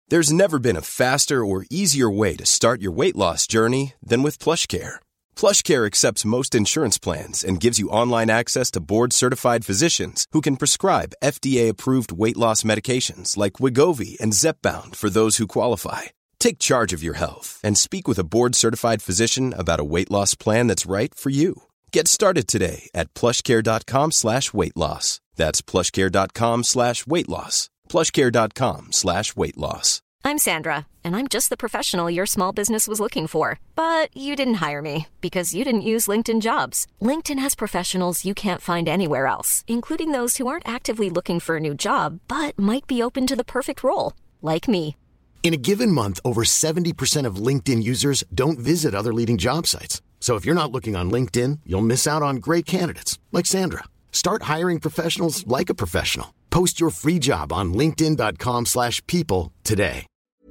There's never been a faster or easier way to start your weight loss journey than with PlushCare. PlushCare accepts most insurance plans and gives you online access to board-certified physicians who can prescribe FDA-approved weight loss medications like Wegovy and Zepbound for those who qualify. Take charge of your health and speak with a board-certified physician about a weight loss plan that's right for you. Get started today at plushcare.com/weight loss. That's plushcare.com/weight loss. plushcare.com/weight loss. I'm Sandra, and I'm just the professional your small business was looking for. But you didn't hire me because you didn't use LinkedIn Jobs. LinkedIn has professionals you can't find anywhere else, including those who aren't actively looking for a new job, but might be open to the perfect role, like me. In a given month, over 70% of LinkedIn users don't visit other leading job sites. So if you're not looking on LinkedIn, you'll miss out on great candidates, like Sandra. Start hiring professionals like a professional. Post your free job on linkedin.com/people today.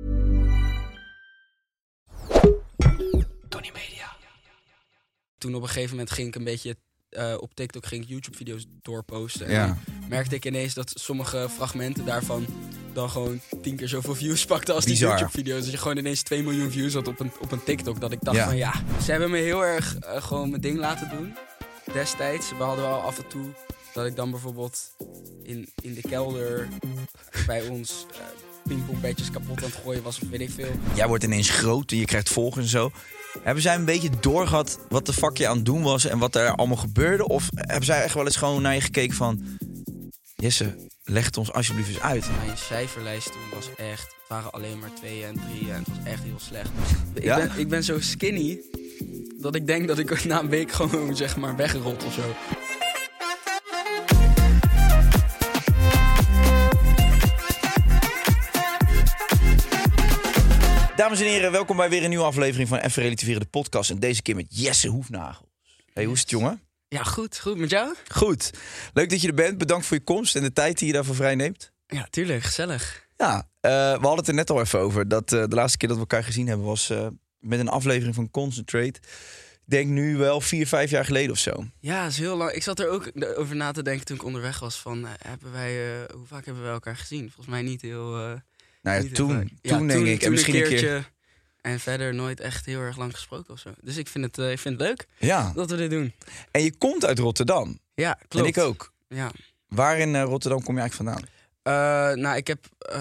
Tony Media. Toen op een gegeven moment ging ik een beetje op TikTok ging ik YouTube-video's doorposten. En merkte ik ineens dat sommige fragmenten daarvan dan gewoon 10 keer zoveel views pakten als die YouTube-video's. Dus je gewoon ineens 2 miljoen views had op een TikTok. Dat ik dacht van ze hebben me heel erg gewoon mijn ding laten doen. Destijds, we hadden wel af en toe dat ik dan bijvoorbeeld in de kelder bij ons pingpongbedjes kapot aan het gooien was of weet ik veel. Jij wordt ineens groot en je krijgt volgers en zo. Hebben zij een beetje doorgehad wat de fuck je aan het doen was en wat er allemaal gebeurde? Of hebben zij echt wel eens gewoon naar je gekeken van... Jesse, leg het ons alsjeblieft eens uit. Mijn cijferlijst toen was echt... Het waren alleen maar 2 en 3 en het was echt heel slecht. Ik ben zo skinny dat ik denk dat ik na een week gewoon zeg maar weggerold of zo. Dames en heren, welkom bij weer een nieuwe aflevering van Even Relativeren, de podcast. En deze keer met Jesse Hoefnagels. Hey, hoe is het, jongen? Ja, goed. Goed, met jou? Goed. Leuk dat je er bent. Bedankt voor je komst en de tijd die je daarvoor vrij neemt. Ja, tuurlijk. Gezellig. Ja, we hadden het er net al even over. Dat de laatste keer dat we elkaar gezien hebben was met een aflevering van Concentrate. Ik denk nu wel 4-5 jaar geleden of zo. Ja, dat is heel lang. Ik zat er ook over na te denken toen ik onderweg was van... hoe vaak hebben wij elkaar gezien? Volgens mij niet heel... toen denk ik. En misschien een keertje. En verder nooit echt heel erg lang gesproken of zo. Dus ik vind het leuk dat we dit doen. En je komt uit Rotterdam. Ja, klopt. En ik ook. Ja. Waar in Rotterdam kom je eigenlijk vandaan? Ik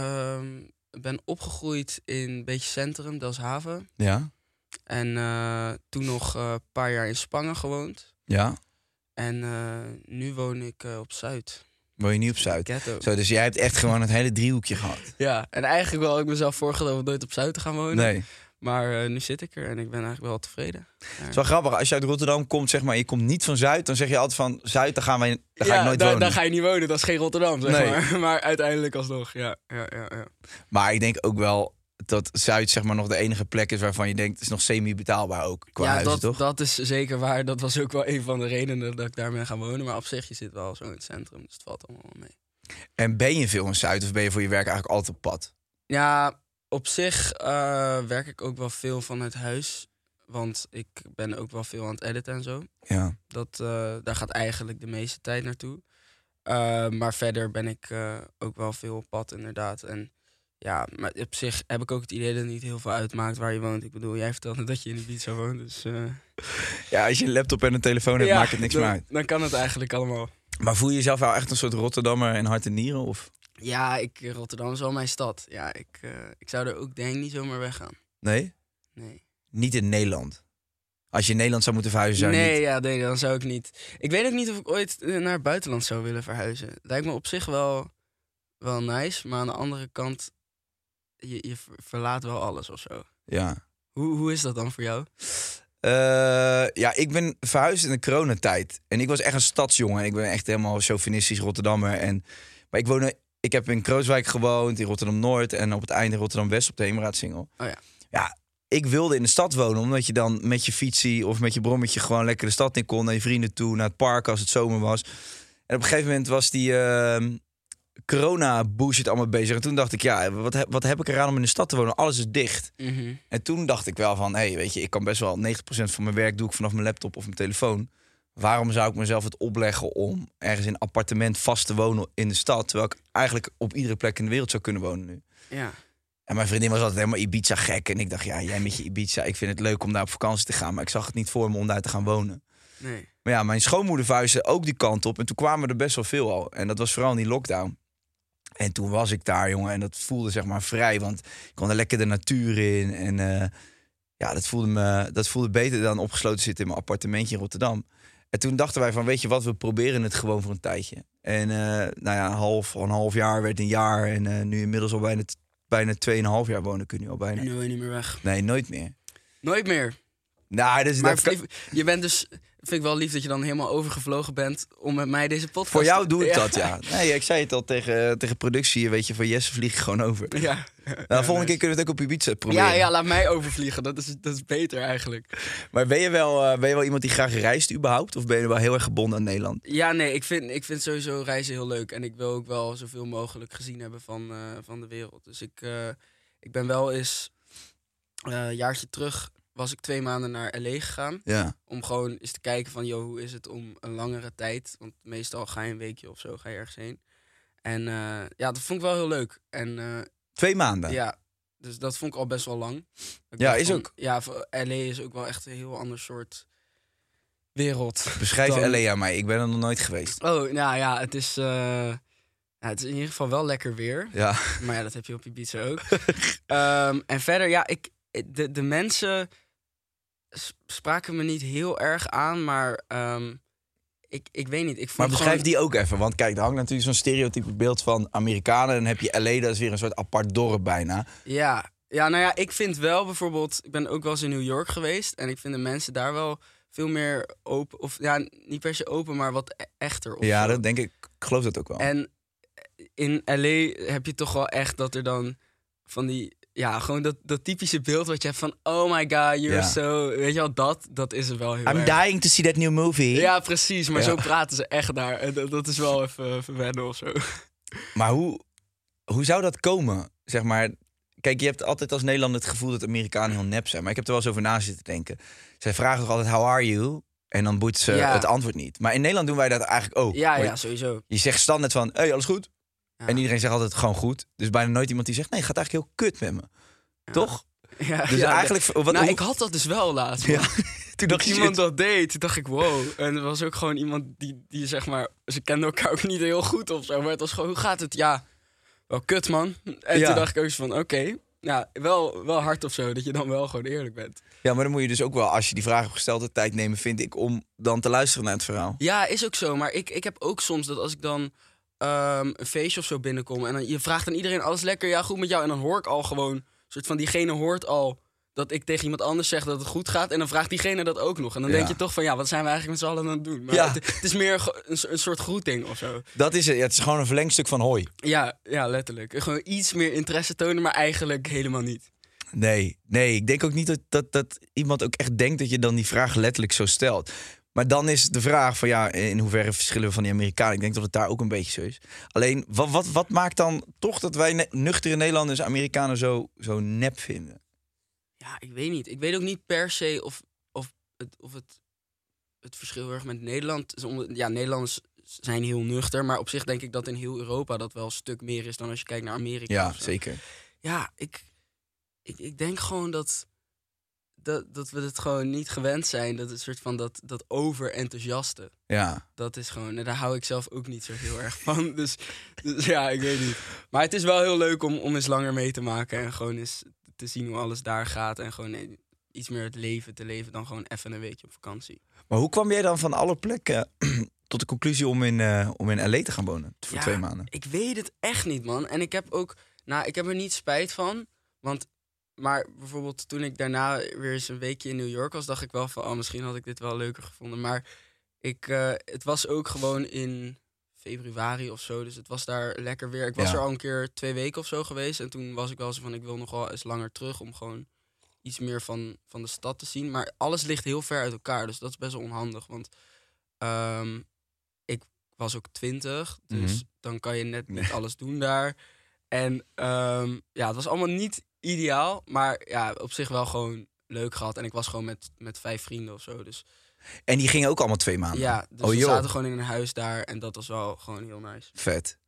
ben opgegroeid in een beetje centrum, Delfshaven. Ja. En toen nog een paar jaar in Spangen gewoond. Ja. En nu woon ik op Zuid. Woon je niet op Zuid? Ghetto. Dus jij hebt echt gewoon het hele driehoekje gehad. Ja, en eigenlijk wel had ik mezelf voorgenomen nooit op Zuid te gaan wonen. Nee. Maar nu zit ik er en ik ben eigenlijk wel tevreden. Ja. Het is wel grappig, als je uit Rotterdam komt, zeg maar, je komt niet van Zuid, dan zeg je altijd van Zuid, daar ga ik nooit wonen. Daar ga je niet wonen, dat is geen Rotterdam, zeg nee. maar. Maar uiteindelijk alsnog, ja. Maar ik denk ook wel dat Zuid zeg maar nog de enige plek is waarvan je denkt, het is nog semi-betaalbaar ook qua huizen, toch? Dat is zeker waar. Dat was ook wel een van de redenen dat ik daar ben gaan wonen. Maar op zich, je zit wel zo in het centrum, dus het valt allemaal wel mee. En ben je veel in Zuid of ben je voor je werk eigenlijk altijd op pad? Ja, op zich werk ik ook wel veel vanuit huis. Want ik ben ook wel veel aan het editen en zo. Ja. Daar gaat eigenlijk de meeste tijd naartoe. Maar verder ben ik ook wel veel op pad, inderdaad. En ja, maar op zich heb ik ook het idee dat het niet heel veel uitmaakt waar je woont. Ik bedoel, jij vertelde dat je in Ibiza woont, dus... Ja, als je een laptop en een telefoon hebt, maakt het niks meer uit. Dan kan het eigenlijk allemaal. Maar voel je jezelf wel echt een soort Rotterdammer in hart en nieren? Of? Ja, Rotterdam is wel mijn stad. Ja, ik zou er ook denk ik niet zomaar weggaan. Nee? Nee. Niet in Nederland? Als je in Nederland zou moeten verhuizen, zou je niet... Nee, dan zou ik niet. Ik weet ook niet of ik ooit naar het buitenland zou willen verhuizen. Lijkt me op zich wel nice, maar aan de andere kant... Je verlaat wel alles of zo. Ja. Hoe is dat dan voor jou? Ja, ik ben verhuisd in de coronatijd. En ik was echt een stadsjongen. Ik ben echt helemaal chauvinistisch Rotterdammer. Maar ik heb in Krooswijk gewoond, in Rotterdam-Noord... en op het einde in Rotterdam-West op de Heemraadsingel. Oh ja. Ja, ik wilde in de stad wonen, omdat je dan met je fietsie... of met je brommetje gewoon lekker de stad in kon... naar je vrienden toe, naar het park als het zomer was. En op een gegeven moment was die... corona-bullshit allemaal bezig. En toen dacht ik, ja, wat heb ik eraan om in de stad te wonen? Alles is dicht. Mm-hmm. En toen dacht ik wel van, weet je, ik kan best wel 90% van mijn werk doe ik vanaf mijn laptop of mijn telefoon. Waarom zou ik mezelf het opleggen om ergens in een appartement vast te wonen in de stad, terwijl ik eigenlijk op iedere plek in de wereld zou kunnen wonen nu? Ja. En mijn vriendin was altijd helemaal Ibiza gek. En ik dacht, ja, jij met je Ibiza. Ik vind het leuk om daar op vakantie te gaan. Maar ik zag het niet voor me om daar te gaan wonen. Nee. Maar ja, mijn schoonmoeder verhuisde ook die kant op. En toen kwamen er best wel veel al. En dat was vooral in die lockdown. En toen was ik daar, jongen. En dat voelde zeg maar vrij. Want ik kon er lekker de natuur in. En ja, dat voelde beter dan opgesloten zitten in mijn appartementje in Rotterdam. En toen dachten wij van, weet je wat, we proberen het gewoon voor een tijdje. En nou ja, een half jaar werd een jaar. En nu inmiddels al bijna 2,5 jaar wonen kun je al bijna. En nu wil je niet meer weg. Nee, nooit meer. Nooit meer. Nou, dus Maar je bent dus... Vind ik wel lief dat je dan helemaal overgevlogen bent om met mij deze podcast... Voor jou doe ik dat, ja. Nee, ik zei het al tegen productie, weet je, voor Jesse vlieg ik gewoon over. Ja. Nou, volgende keer kunnen we het ook op Ibiza proberen. Ja, laat mij overvliegen. Dat is beter eigenlijk. Maar ben je wel iemand die graag reist überhaupt? Of ben je wel heel erg gebonden aan Nederland? Ja, nee, ik vind sowieso reizen heel leuk. En ik wil ook wel zoveel mogelijk gezien hebben van de wereld. Dus ik ben wel eens... een jaartje terug was ik 2 maanden naar L.A. gegaan. Ja. Om gewoon eens te kijken van, joh, hoe is het om een langere tijd... Want meestal ga je een weekje of zo, ga je ergens heen. En ja, dat vond ik wel heel leuk. En 2 maanden? ja, dus dat vond ik al best wel lang. Ja, is ook. Ja, L.A. is ook wel echt een heel ander soort wereld. Beschrijf dan... L.A. aan mij, ik ben er nog nooit geweest. Oh, nou ja, het is in ieder geval wel lekker weer. Ja. Maar ja, dat heb je op Ibiza ook. En verder, ja, de mensen spraken me niet heel erg aan, maar ik weet niet. Ik vond Maar beschrijf gewoon... die ook even, want kijk, er hangt natuurlijk zo'n stereotype beeld van Amerikanen. En dan heb je L.A., dat is weer een soort apart dorp bijna. Ja, nou ja, ik vind wel bijvoorbeeld... Ik ben ook wel eens in New York geweest en ik vind de mensen daar wel veel meer open. Of ja, niet per se open, maar wat echter. Ja, zo. dat denk ik. Ik geloof dat ook wel. En in L.A. heb je toch wel echt dat er dan van die... Ja, gewoon dat typische beeld wat je hebt van... Oh my god, you're so... Weet je wel, dat is er wel heel erg. dying to see that new movie. Ja, precies. Maar zo praten ze echt daar. En dat is wel even wennen of zo. Maar hoe zou dat komen? Zeg maar, kijk, je hebt altijd als Nederlander het gevoel dat Amerikanen heel nep zijn. Maar ik heb er wel eens over na zitten denken. Zij vragen toch altijd, how are you? En dan boet ze het antwoord niet. Maar in Nederland doen wij dat eigenlijk ook. Ja, sowieso. Je zegt standaard van, hey, alles goed? Ja. En iedereen zegt altijd gewoon goed. Dus bijna nooit iemand die zegt, nee, het gaat eigenlijk heel kut met me. Ja. Toch? Ja, dus eigenlijk... ik had dat dus wel laatst. Ja. Toen dacht iemand dat deed, toen dacht ik, wow. En er was ook gewoon iemand die zeg maar... Ze kenden elkaar ook niet heel goed of zo. Maar het was gewoon, hoe gaat het? Ja, wel kut, man. En toen dacht ik ook van, oké. Nou, wel hard of zo, dat je dan wel gewoon eerlijk bent. Ja, maar dan moet je dus ook wel, als je die vraag hebt gesteld, de tijd nemen, vind ik, om dan te luisteren naar het verhaal. Ja, is ook zo. Maar ik heb ook soms dat als ik dan een feestje of zo binnenkom... en dan, je vraagt aan iedereen, alles lekker, ja, goed met jou. En dan hoor ik al gewoon, soort van diegene hoort al... dat ik tegen iemand anders zeg dat het goed gaat... en dan vraagt diegene dat ook nog. En dan denk je toch van, ja, wat zijn we eigenlijk met z'n allen aan het doen? Maar het is meer een soort groeting of zo. Dat is het. Ja, het is gewoon een verlengstuk van hoi. Ja, letterlijk. Gewoon iets meer interesse tonen, maar eigenlijk helemaal niet. Nee, ik denk ook niet dat iemand ook echt denkt dat je dan die vraag letterlijk zo stelt. Maar dan is de vraag van, ja, in hoeverre verschillen we van die Amerikanen? Ik denk dat het daar ook een beetje zo is. Alleen, wat maakt dan toch dat wij nuchtere Nederlanders Amerikanen zo nep vinden? Ja, ik weet niet. Ik weet ook niet per se of het verschil heel erg met Nederland is. Ja, Nederlanders zijn heel nuchter, maar op zich denk ik dat in heel Europa dat wel een stuk meer is dan als je kijkt naar Amerika. Ja, zeker. Ja, ik denk gewoon dat we het gewoon niet gewend zijn. Dat het soort van dat overenthousiaste. Ja. Dat is gewoon, daar hou ik zelf ook niet zo heel erg van. Dus ja, ik weet niet. Maar het is wel heel leuk om eens langer mee te maken en gewoon eens te zien hoe alles daar gaat. En gewoon iets meer het leven te leven dan gewoon even een weekje op vakantie. Maar hoe kwam jij dan van alle plekken tot de conclusie om in L.A. te gaan wonen voor 2 maanden? Ik weet het echt niet, man. En ik heb ook, ik heb er niet spijt van. Maar bijvoorbeeld toen ik daarna weer eens een weekje in New York was, dacht ik wel van, misschien had ik dit wel leuker gevonden. Maar het was ook gewoon in februari of zo, dus het was daar lekker weer. Ik was er al een keer 2 weken of zo geweest en toen was ik wel zo van, ik wil nog wel eens langer terug om gewoon iets meer van de stad te zien. Maar alles ligt heel ver uit elkaar, dus dat is best wel onhandig. Want ik was ook 20, dus dan kan je net niet alles doen daar. En het was allemaal niet ideaal, maar ja, op zich wel gewoon leuk gehad. En ik was gewoon met 5 vrienden of zo, dus... En die gingen ook allemaal 2 maanden? Ja, dus we zaten gewoon in een huis daar en dat was wel gewoon heel nice. Vet.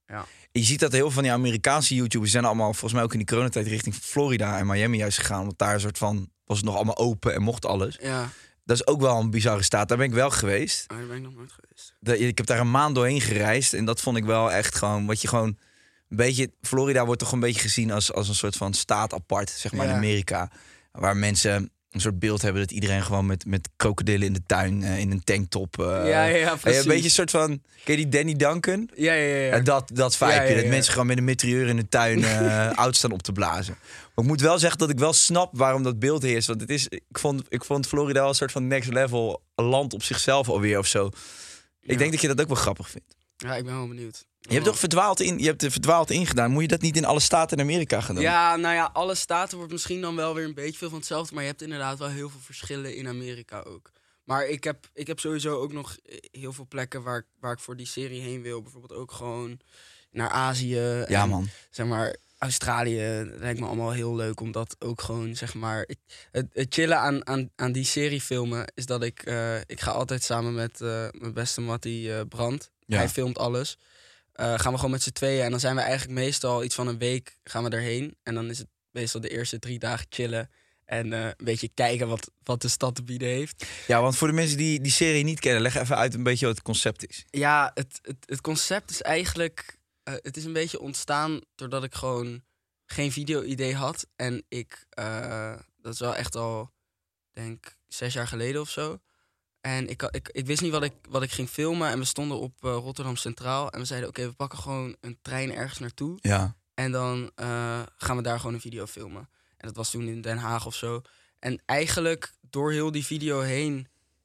Ja. Je ziet dat heel veel van die Amerikaanse YouTubers zijn allemaal volgens mij ook in die coronatijd richting Florida en Miami juist gegaan. Want daar een soort van was het nog allemaal open en mocht alles. Ja. Dat is ook wel een bizarre staat. Daar ben ik wel geweest. Daar ben ik nog nooit geweest. Ik heb daar een maand doorheen gereisd en dat vond ik wel echt gewoon wat je gewoon een beetje. Florida wordt toch een beetje gezien als een soort van staat apart, zeg maar in Amerika, waar mensen een soort beeld hebben dat iedereen gewoon met krokodillen in de tuin in een tanktop. Precies. Een beetje een soort van. Ken je die Danny Duncan? Ja. Dat vibeje. Dat mensen gewoon met een mitrailleur in de tuin oud staan op te blazen. Maar ik moet wel zeggen dat ik wel snap waarom dat beeld heerst. Want het is, ik vond Florida wel een soort van next level land op zichzelf alweer of zo. Ik denk dat je dat ook wel grappig vindt. Ja, ik ben wel benieuwd. Je hebt toch verdwaald ingedaan. Moet je dat niet in alle staten in Amerika gaan doen? Ja, nou ja, alle staten wordt misschien dan wel weer een beetje veel van hetzelfde. Maar je hebt inderdaad wel heel veel verschillen in Amerika ook. Maar ik heb sowieso ook nog heel veel plekken waar ik voor die serie heen wil. Bijvoorbeeld ook gewoon naar Azië. Ja, en, man. Zeg maar, Australië, dat lijkt me allemaal heel leuk. Omdat ook gewoon, zeg maar... Het chillen aan die serie filmen is dat ik ga altijd samen met mijn beste mattie Brand. Ja. Hij filmt alles. Gaan we gewoon met z'n tweeën. En dan zijn we eigenlijk meestal iets van een week gaan we erheen. En dan is het meestal de eerste 3 dagen chillen. En een beetje kijken wat de stad te bieden heeft. Ja, want voor de mensen die die serie niet kennen, leg even uit een beetje wat het concept is. Ja, het concept is eigenlijk... het is een beetje ontstaan doordat ik gewoon geen video-idee had. En dat is wel echt al, denk 6 jaar geleden of zo. En ik wist niet wat ik ging filmen. En we stonden op Rotterdam Centraal. En we zeiden, oké, we pakken gewoon een trein ergens naartoe. Ja. En dan gaan we daar gewoon een video filmen. En dat was toen in Den Haag of zo. En eigenlijk door heel die video heen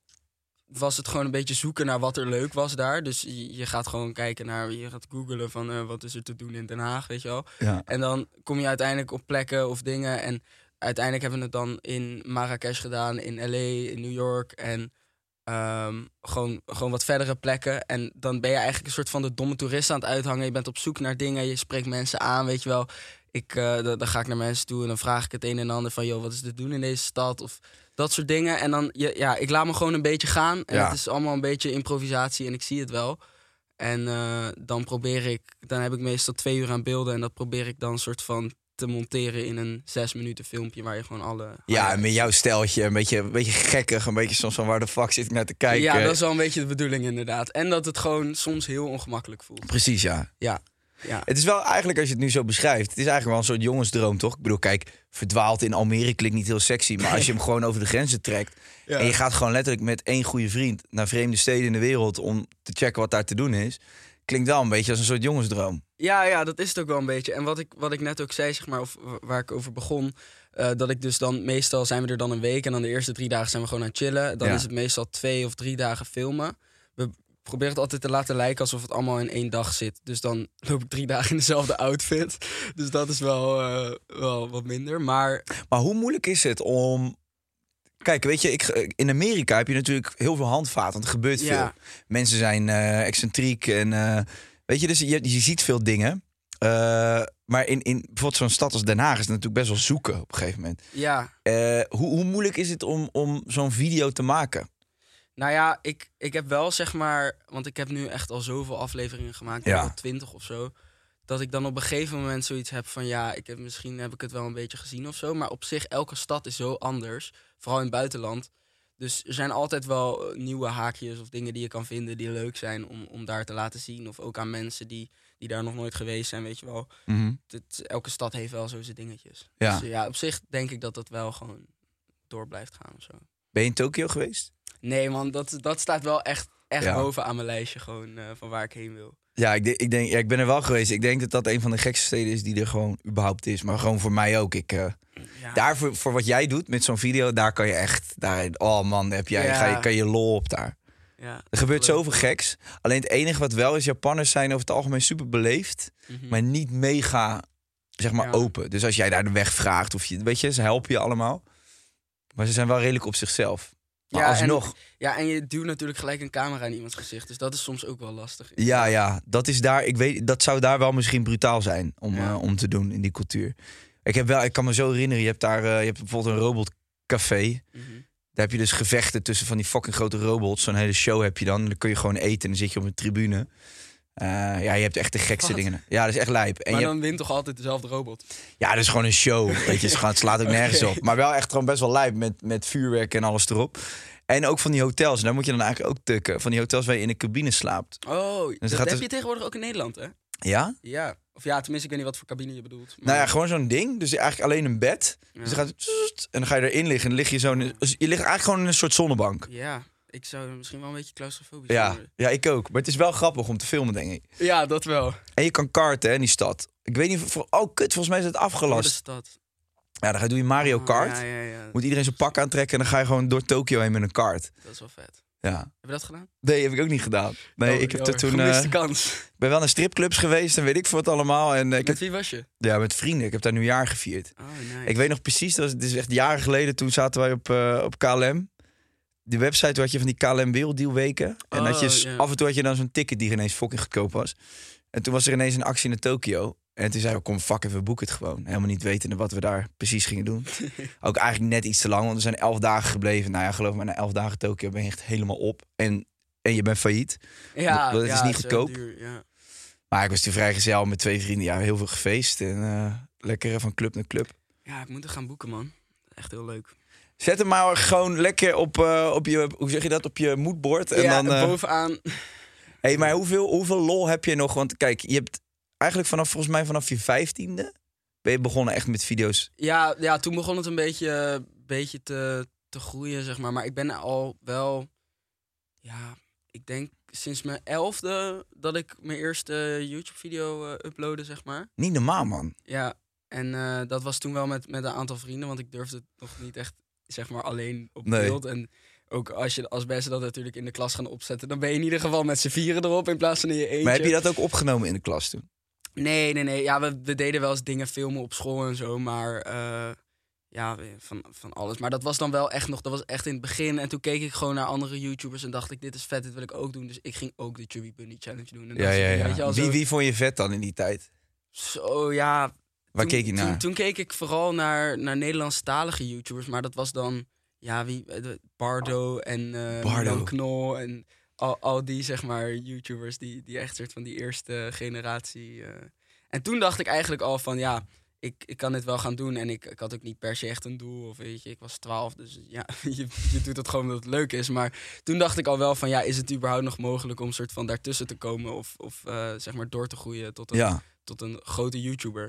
was het gewoon een beetje zoeken naar wat er leuk was daar. Dus je gaat gewoon kijken naar, je gaat googlen van wat is er te doen in Den Haag, weet je wel. Ja. En dan kom je uiteindelijk op plekken of dingen. En uiteindelijk hebben we het dan in Marrakesh gedaan, in LA, in New York. En gewoon wat verdere plekken. En dan ben je eigenlijk een soort van de domme toerist aan het uithangen. Je bent op zoek naar dingen, je spreekt mensen aan, weet je wel. Dan ga ik naar mensen toe en dan vraag ik het een en ander van... joh, wat is te doen in deze stad? Of dat soort dingen. En dan, ik laat me gewoon een beetje gaan. En het is allemaal een beetje improvisatie en ik zie het wel. En dan heb ik meestal 2 uur aan beelden... en dat probeer ik dan een soort van te monteren in een 6 minuten filmpje... waar je gewoon alle... Ja, en met jouw steltje, een beetje gekkig, een beetje soms van waar de fuck zit ik naar te kijken. Ja, dat is wel een beetje de bedoeling inderdaad. En dat het gewoon soms heel ongemakkelijk voelt. Precies, ja. Ja. Het is wel eigenlijk, als je het nu zo beschrijft... het is eigenlijk wel een soort jongensdroom, toch? Ik bedoel, kijk, verdwaald in Almere klinkt niet heel sexy... maar als je hem gewoon over de grenzen trekt... en je gaat gewoon letterlijk met 1 goede vriend... naar vreemde steden in de wereld om te checken wat daar te doen is... klinkt wel een beetje als een soort jongensdroom. Ja, dat is het ook wel een beetje. En wat ik net ook zei, zeg maar, of waar ik over begon... dat ik dus dan, meestal zijn we er dan een week... en dan de eerste 3 dagen zijn we gewoon aan het chillen. Dan is het meestal 2 of 3 dagen filmen. We proberen het altijd te laten lijken alsof het allemaal in 1 dag zit. Dus dan loop ik 3 dagen in dezelfde outfit. Dus dat is wel wat minder. Maar hoe moeilijk is het om... Kijk, weet je, in Amerika heb je natuurlijk heel veel handvaten. Want er gebeurt veel. Mensen zijn excentriek en... weet je, dus je ziet veel dingen. Maar in bijvoorbeeld zo'n stad als Den Haag... is het natuurlijk best wel zoeken op een gegeven moment. Ja. Hoe moeilijk is het om zo'n video te maken? Nou ja, ik heb wel, zeg maar... want ik heb nu echt al zoveel afleveringen gemaakt. Al 20 of zo. Dat ik dan op een gegeven moment zoiets heb van... misschien heb ik het wel een beetje gezien of zo. Maar op zich, elke stad is zo anders. Vooral in het buitenland. Dus er zijn altijd wel nieuwe haakjes of dingen die je kan vinden... die leuk zijn om daar te laten zien. Of ook aan mensen die daar nog nooit geweest zijn, weet je wel. Mm-hmm. Elke stad heeft wel zo zijn dingetjes. Ja. Dus op zich denk ik dat wel gewoon door blijft gaan of zo. Ben je in Tokio geweest? Nee man, dat staat wel echt boven aan mijn lijstje gewoon van waar ik heen wil. Ja, ik denk, ik ben er wel geweest. Ik denk dat dat een van de gekste steden is die er gewoon überhaupt is. Maar gewoon voor mij ook. Daar voor wat jij doet met zo'n video, daar kan je echt... oh man, kan je lol op daar. Ja, er gebeurt leuk. Zoveel geks. Alleen het enige wat wel is, Japanners zijn over het algemeen super beleefd. Mm-hmm. Maar niet mega, zeg maar, open. Dus als jij daar de weg vraagt, of weet je, ze helpen je allemaal. Maar ze zijn wel redelijk op zichzelf. Maar alsnog... En je duwt natuurlijk gelijk een camera in iemands gezicht. Dus dat is soms ook wel lastig. Ja, dat is daar... Ik zou daar wel misschien brutaal zijn om te doen in die cultuur. Ik kan me zo herinneren, je hebt bijvoorbeeld een robotcafé. Mm-hmm. Daar heb je dus gevechten tussen van die fucking grote robots. Zo'n hele show heb je dan. En dan kun je gewoon eten en dan zit je op een tribune. Ja, je hebt echt de gekste dingen. Ja, dat is echt lijp. En maar je dan wint toch altijd dezelfde robot? Ja, dat is gewoon een show. Weet je, het slaat ook nergens op. Maar wel echt gewoon best wel lijp met vuurwerk en alles erop. En ook van die hotels. En daar moet je dan eigenlijk ook tukken. Van die hotels waar je in de cabine slaapt. Oh, Dus dat heb je tegenwoordig ook in Nederland, hè? Ja? Ja. Of ja, tenminste, ik weet niet wat voor cabine je bedoelt. Maar... Nou ja, gewoon zo'n ding. Dus eigenlijk alleen een bed. Ja. Dus dan gaat het... En dan ga je erin liggen. En dan lig je zo... Dus je ligt eigenlijk gewoon in een soort zonnebank. Ja, ik zou misschien wel een beetje claustrofobisch worden. Ja, ik ook. Maar het is wel grappig om te filmen, denk ik. Ja, dat wel. En je kan karten hè, in die stad. Ik weet niet... Oh, kut. Volgens mij is het Voor afgelast. de stad. Ja, dan doe je Mario Kart. Ja. Moet iedereen zijn pak aantrekken. En dan ga je gewoon door Tokio heen met een kart. Dat is wel vet. Ja. Heb je dat gedaan? Nee, heb ik ook niet gedaan. Nee, ik heb er toen... Gemiste kans. Ik ben wel naar stripclubs geweest en weet ik voor wat allemaal. En, Met wie was je? Ja, met vrienden. Ik heb daar nieuwjaar gevierd. Oh, nice. Ik weet nog precies, het is echt jaren geleden. Toen zaten wij op KLM. Die website had je van die KLM Werelddeal-weken. En af en toe had je dan zo'n ticket die ineens fucking goedkoop was. En toen was er ineens een actie naar Tokio. En toen zei we, kom fuck even, boek het gewoon. Helemaal niet wetende wat we daar precies gingen doen. Ook eigenlijk net iets te lang, want we zijn 11 dagen gebleven. Nou ja, geloof me, na 11 dagen Tokio ben je echt helemaal op. En je bent failliet. Ja, dat is niet goedkoop. Duur, ja. Maar ik was toen vrijgezel met 2 vrienden. Ja, heel veel gefeest. En lekker van club naar club. Ja, ik moet er gaan boeken, man. Echt heel leuk. Zet hem maar gewoon lekker op je, hoe zeg je dat, op je moodboard. En ja, dan, bovenaan. Hey, maar hoeveel lol heb je nog? Want kijk, je hebt eigenlijk volgens mij vanaf je 15e ben je begonnen echt met video's. Ja, toen begon het een beetje te groeien, zeg maar. Maar ik ben al wel, ja, ik denk sinds mijn 11e dat ik mijn eerste YouTube-video uploadde, zeg maar. Niet normaal, man. Ja, en dat was toen wel met een aantal vrienden, want ik durfde het nog niet echt, zeg maar, alleen op beeld. En ook als mensen dat natuurlijk in de klas gaan opzetten, dan ben je in ieder geval met z'n vieren erop in plaats van in je eentje. Maar heb je dat ook opgenomen in de klas toen? Nee. Ja, we deden wel eens dingen filmen op school en zo, maar ja, van alles. Maar dat was dan wel echt dat was echt in het begin. En toen keek ik gewoon naar andere YouTubers en dacht ik, dit is vet, dit wil ik ook doen. Dus ik ging ook de Chubby Bunny Challenge doen. En Ja. Weet je al, Wie vond je vet dan in die tijd? Zo, ja. Waar keek je naar? Toen keek ik vooral naar Nederlandstalige YouTubers, maar dat was dan, ja, Bardo en Milan Knol en al die, zeg maar, YouTubers die echt soort van die eerste generatie. En toen dacht ik eigenlijk al van, ja, ik kan dit wel gaan doen. En ik had ook niet per se echt een doel. Of weet je, ik was 12, dus ja, je doet het gewoon omdat het leuk is. Maar toen dacht ik al wel van, ja, is het überhaupt nog mogelijk om soort van daartussen te komen? Of zeg maar door te groeien tot een grote YouTuber.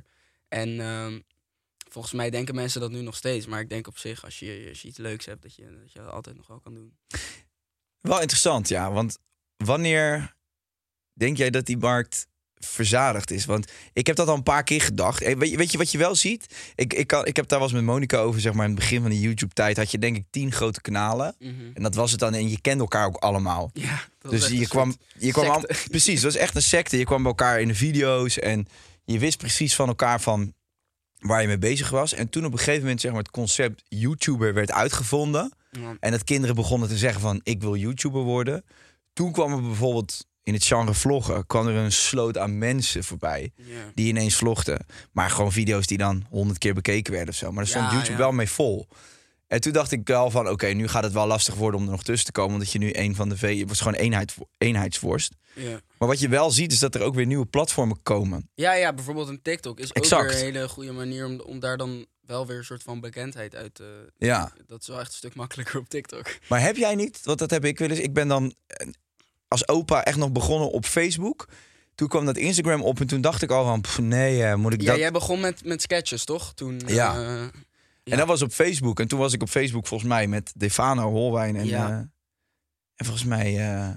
En volgens mij denken mensen dat nu nog steeds. Maar ik denk op zich, als je iets leuks hebt, dat je dat altijd nog wel kan doen. Wel interessant, ja. Want wanneer denk jij dat die markt verzadigd is? Want ik heb dat al een paar keer gedacht. Weet je wat je wel ziet? Ik heb daar wel eens met Monica over, zeg maar, in het begin van de YouTube-tijd had je denk ik 10 grote kanalen. Mm-hmm. En dat was het dan. En je kende elkaar ook allemaal. Ja, dus je kwam precies, dat was echt een secte. Je kwam bij elkaar in de video's en je wist precies van elkaar van waar je mee bezig was. En toen op een gegeven moment, zeg maar, het concept YouTuber werd uitgevonden. Ja. En dat kinderen begonnen te zeggen van, ik wil YouTuber worden. Toen kwam er bijvoorbeeld in het genre vloggen, kwam er een sloot aan mensen voorbij. Ja. Die ineens vlogden. Maar gewoon video's die dan 100 keer bekeken werden of zo. Maar daar stond YouTube wel mee vol. En toen dacht ik wel van, oké, nu gaat het wel lastig worden om er nog tussen te komen. Omdat je nu een van de het was gewoon eenheidsworst. Ja. Maar wat je wel ziet, is dat er ook weer nieuwe platformen komen. Ja, bijvoorbeeld een TikTok is ook weer een hele goede manier om daar dan wel weer een soort van bekendheid uit te... Ja. Dat is wel echt een stuk makkelijker op TikTok. Maar heb jij niet, want dat heb ik wel eens. Ik ben dan als opa echt nog begonnen op Facebook. Toen kwam dat Instagram op en toen dacht ik al van, moet ik dat... Ja, jij begon met sketches, toch? Toen, ja. En dat was op Facebook. En toen was ik op Facebook volgens mij met Defano, Holwijn en volgens mij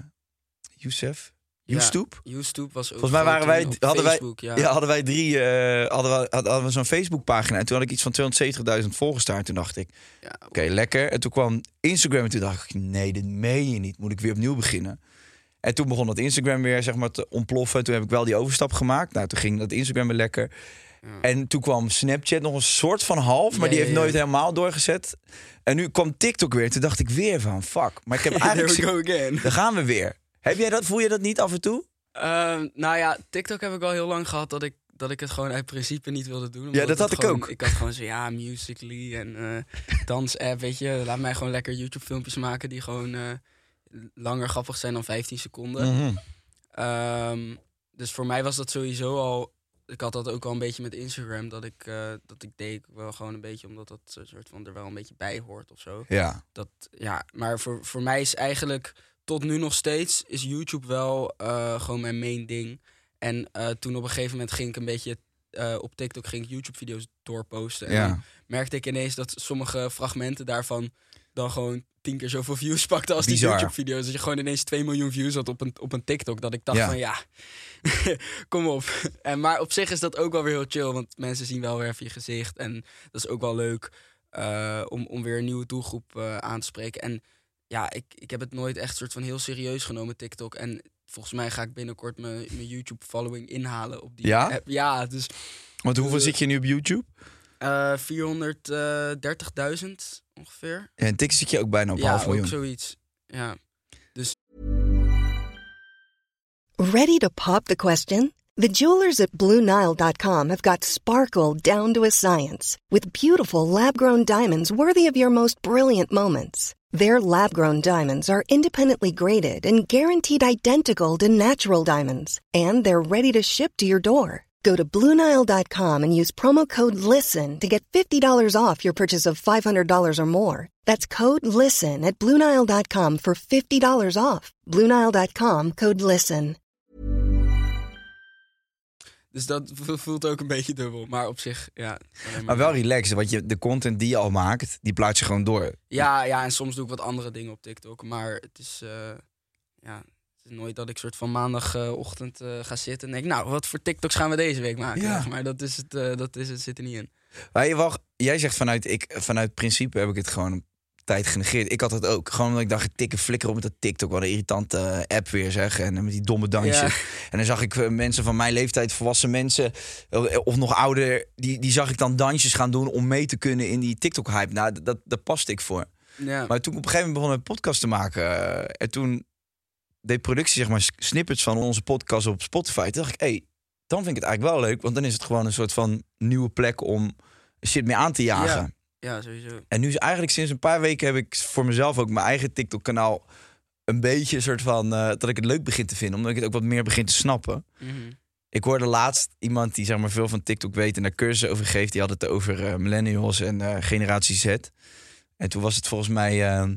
Youssef. Youstoop was ook. Volgens mij hadden wij Facebook, zo'n Facebookpagina. En toen had ik iets van 270.000 volgers daar. En toen dacht ik, oké, lekker. En toen kwam Instagram en toen dacht ik, nee, dit meen je niet. Moet ik weer opnieuw beginnen. En toen begon dat Instagram weer, zeg maar, te ontploffen. En toen heb ik wel die overstap gemaakt. Nou, toen ging dat Instagram weer lekker. Ja. En toen kwam Snapchat nog een soort van half, maar die heeft nooit helemaal doorgezet. En nu kwam TikTok weer. Toen dacht ik weer van, fuck. Maar ik heb eigenlijk... There we go again. Dan gaan we weer. Heb jij dat? Voel je dat niet af en toe? Nou ja, TikTok heb ik al heel lang gehad dat ik het gewoon uit principe niet wilde doen. Ja, dat had ik ook. Ik had gewoon zo, Musical.ly en dans-app, weet je. Laat mij gewoon lekker YouTube-filmpjes maken die gewoon langer grappig zijn dan 15 seconden. Mm-hmm. Dus voor mij was dat sowieso al... Ik had dat ook al een beetje met Instagram. Dat ik deed wel gewoon een beetje... Omdat dat soort van er wel een beetje bij hoort of zo. Ja. Maar voor mij is eigenlijk... Tot nu nog steeds is YouTube wel gewoon mijn main ding. En toen op een gegeven moment ging ik een beetje... op TikTok ging ik YouTube-video's doorposten. En dan merkte ik ineens dat sommige fragmenten daarvan... dan gewoon 10 keer zoveel views pakten als die YouTube-video's. Dat je gewoon ineens 2 miljoen views had op een TikTok. Dat ik dacht van kom op. Maar op zich is dat ook wel weer heel chill. Want mensen zien wel weer even je gezicht. En dat is ook wel leuk om weer een nieuwe doelgroep aan te spreken. En ja, ik heb het nooit echt soort van heel serieus genomen, TikTok. En volgens mij ga ik binnenkort mijn YouTube-following inhalen op die app. Ja, dus... Want hoeveel zit je nu op YouTube? 430.000 ongeveer. En TikTok zit je ook bijna op 500.000. Ja, ook zoiets. Ja. Dus... Ready to pop the question? The jewelers at BlueNile.com have got sparkle down to a science with beautiful lab-grown diamonds worthy of your most brilliant moments. Their lab-grown diamonds are independently graded and guaranteed identical to natural diamonds, and they're ready to ship to your door. Go to BlueNile.com and use promo code LISTEN to get $50 off your purchase of $500 or more. That's code LISTEN at BlueNile.com for $50 off. BlueNile.com, code LISTEN. Dus dat voelt ook een beetje dubbel. Maar op zich, ja. Maar wel relaxed, want de content die je al maakt, die plaats je gewoon door. Ja, en soms doe ik wat andere dingen op TikTok. Maar het is... Het is nooit dat ik soort van maandagochtend ga zitten en denk... Nou, wat voor TikToks gaan we deze week maken? Ja. Maar dat zit er niet in. Maar jij zegt vanuit principe heb ik het gewoon een tijd genegeerd. Ik had het ook. Gewoon omdat ik dacht, ik tik een flikker op met dat TikTok. Wat een irritante app weer, zeg. En met die domme dansjes. Ja. En dan zag ik mensen van mijn leeftijd, volwassen mensen... of nog ouder, die zag ik dan dansjes gaan doen... om mee te kunnen in die TikTok-hype. Nou, daar paste ik voor. Ja. Maar toen ik op een gegeven moment begon een podcast te maken... en toen deed productie, zeg maar, snippets van onze podcast op Spotify. Toen dacht ik, dan vind ik het eigenlijk wel leuk. Want dan is het gewoon een soort van nieuwe plek om shit mee aan te jagen. Ja, sowieso. En nu is eigenlijk sinds een paar weken heb ik voor mezelf ook mijn eigen TikTok-kanaal een beetje een soort van dat ik het leuk begin te vinden, omdat ik het ook wat meer begin te snappen. Mm-hmm. Ik hoorde laatst iemand die zeg maar veel van TikTok weet en daar cursussen over geeft. Die had het over millennials en generatie Z. En toen was het volgens mij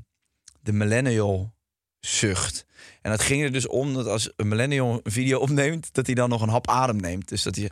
de millennial zucht. En dat ging er dus om dat als een millennial een video opneemt, dat hij dan nog een hap adem neemt. Dus dat hij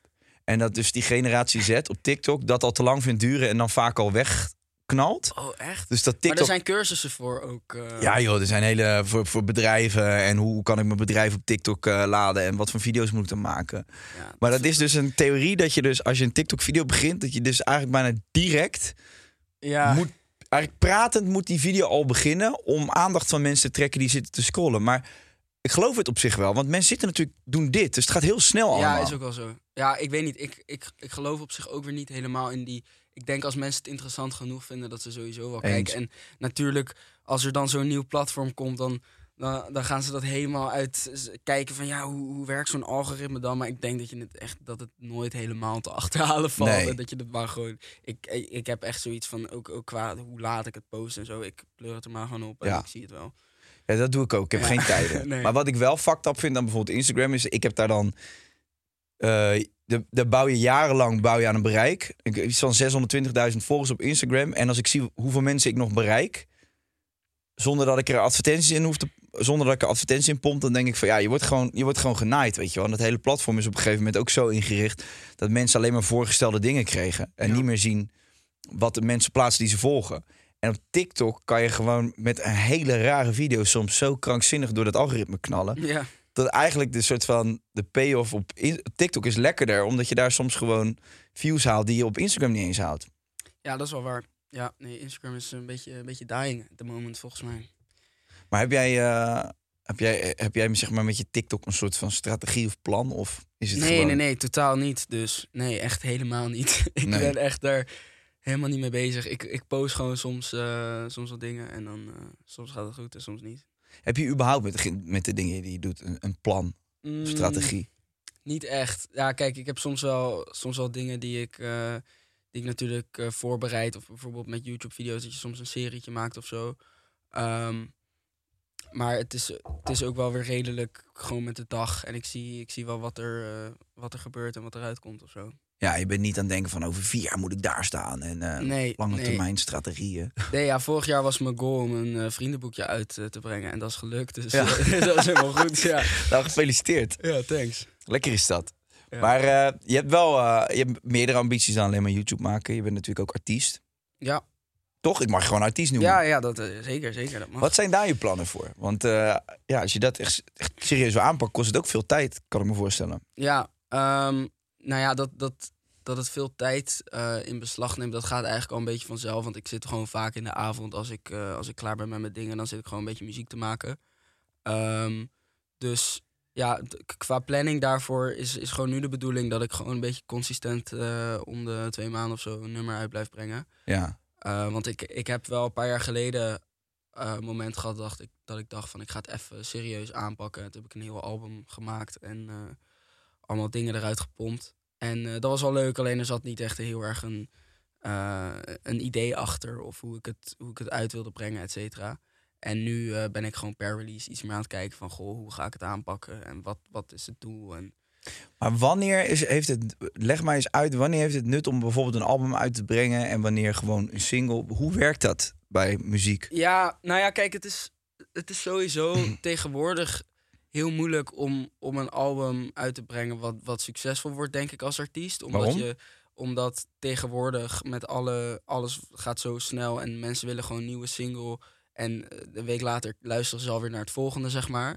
en dat dus die generatie Z op TikTok dat al te lang vindt duren en dan vaak al wegknalt. Oh, echt? Dus dat TikTok... Maar er zijn cursussen voor ook. Ja joh, er zijn hele voor bedrijven en hoe kan ik mijn bedrijf op TikTok laden en wat voor video's moet ik dan maken. Ja, maar dat is dus een theorie dat je dus als je een TikTok video begint, dat je dus eigenlijk bijna direct moet... Eigenlijk pratend moet die video al beginnen om aandacht van mensen te trekken die zitten te scrollen. Maar ik geloof het op zich wel, want mensen zitten natuurlijk doen dit, dus het gaat heel snel allemaal. Ja, is ook wel zo. Ja, ik weet niet. Ik geloof op zich ook weer niet helemaal in die... Ik denk als mensen het interessant genoeg vinden, dat ze sowieso wel kijken. En natuurlijk, als er dan zo'n nieuw platform komt, dan gaan ze dat helemaal uit kijken van ja, hoe werkt zo'n algoritme dan? Maar ik denk dat het nooit helemaal te achterhalen valt. Nee. En dat je dat maar gewoon... Ik heb echt zoiets van, ook qua hoe laat ik het post en zo. Ik pleur het er maar gewoon op en ik zie het wel. Ja, dat doe ik ook. Ik heb geen tijden. Nee. Maar wat ik wel fucked up vind aan bijvoorbeeld Instagram is, ik heb daar dan... daar bouw je jarenlang aan een bereik. Ik heb iets van 620.000 volgers op Instagram. En als ik zie hoeveel mensen ik nog bereik, zonder dat ik er advertenties in pomp, dan denk ik van ja, je wordt gewoon genaaid, weet je wel. En dat hele platform is op een gegeven moment ook zo ingericht dat mensen alleen maar voorgestelde dingen kregen en niet meer zien wat de mensen plaatsen die ze volgen. En op TikTok kan je gewoon met een hele rare video soms zo krankzinnig door dat algoritme knallen. Ja. Dat eigenlijk de soort van de payoff op TikTok is lekkerder, omdat je daar soms gewoon views haalt die je op Instagram niet eens haalt. Ja, dat is wel waar. Ja, nee, Instagram is een beetje dying at the moment, volgens mij. Maar heb jij zeg maar met je TikTok een soort van strategie of plan? Of is het gewoon... Nee, totaal niet. Dus nee, echt helemaal niet. Ik ben echt daar helemaal niet mee bezig. Ik post gewoon soms wat dingen en dan soms gaat het goed en soms niet. Heb je überhaupt met de dingen die je doet een plan, strategie? Niet echt. Ja, kijk, ik heb soms wel dingen die ik natuurlijk voorbereid. Of bijvoorbeeld met YouTube-video's dat je soms een serietje maakt of zo. Maar het is ook wel weer redelijk gewoon met de dag. En ik zie wel wat er gebeurt en wat eruit komt of zo. Ja, je bent niet aan het denken van over 4 jaar moet ik daar staan. En lange termijn strategieën. Nee, ja, vorig jaar was mijn goal om een vriendenboekje uit te brengen. En dat is gelukt. Dus dat is helemaal goed. Ja. Nou, gefeliciteerd. Ja, thanks. Lekker is dat. Ja. Maar je hebt meerdere ambities dan alleen maar YouTube maken. Je bent natuurlijk ook artiest. Ja. Toch? Ik mag je gewoon artiest noemen. Ja, dat zeker. Dat mag. Wat zijn daar je plannen voor? Want als je dat echt serieus wil aanpakken, kost het ook veel tijd, kan ik me voorstellen. Ja, dat het veel tijd in beslag neemt, dat gaat eigenlijk al een beetje vanzelf. Want ik zit gewoon vaak in de avond, als ik klaar ben met mijn dingen, dan zit ik gewoon een beetje muziek te maken. Dus ja, qua planning daarvoor is gewoon nu de bedoeling dat ik gewoon een beetje consistent om de 2 maanden of zo een nummer uit blijf brengen. Ja. Want ik heb wel een paar jaar geleden een moment gehad dat ik dacht van ik ga het even serieus aanpakken. Toen heb ik een heel album gemaakt en allemaal dingen eruit gepompt. En dat was wel leuk, alleen er zat niet echt heel erg een idee achter of hoe ik het uit wilde brengen, et cetera. En nu ben ik gewoon per release iets meer aan het kijken van hoe ga ik het aanpakken en wat is het doel. Maar leg mij eens uit, wanneer heeft het nut om bijvoorbeeld een album uit te brengen en wanneer gewoon een single? Hoe werkt dat bij muziek? Ja, nou ja, kijk, het is sowieso tegenwoordig heel moeilijk om een album uit te brengen wat succesvol wordt, denk ik, als artiest. Omdat tegenwoordig met alles gaat zo snel en mensen willen gewoon een nieuwe single. En een week later luisteren ze alweer naar het volgende, zeg maar.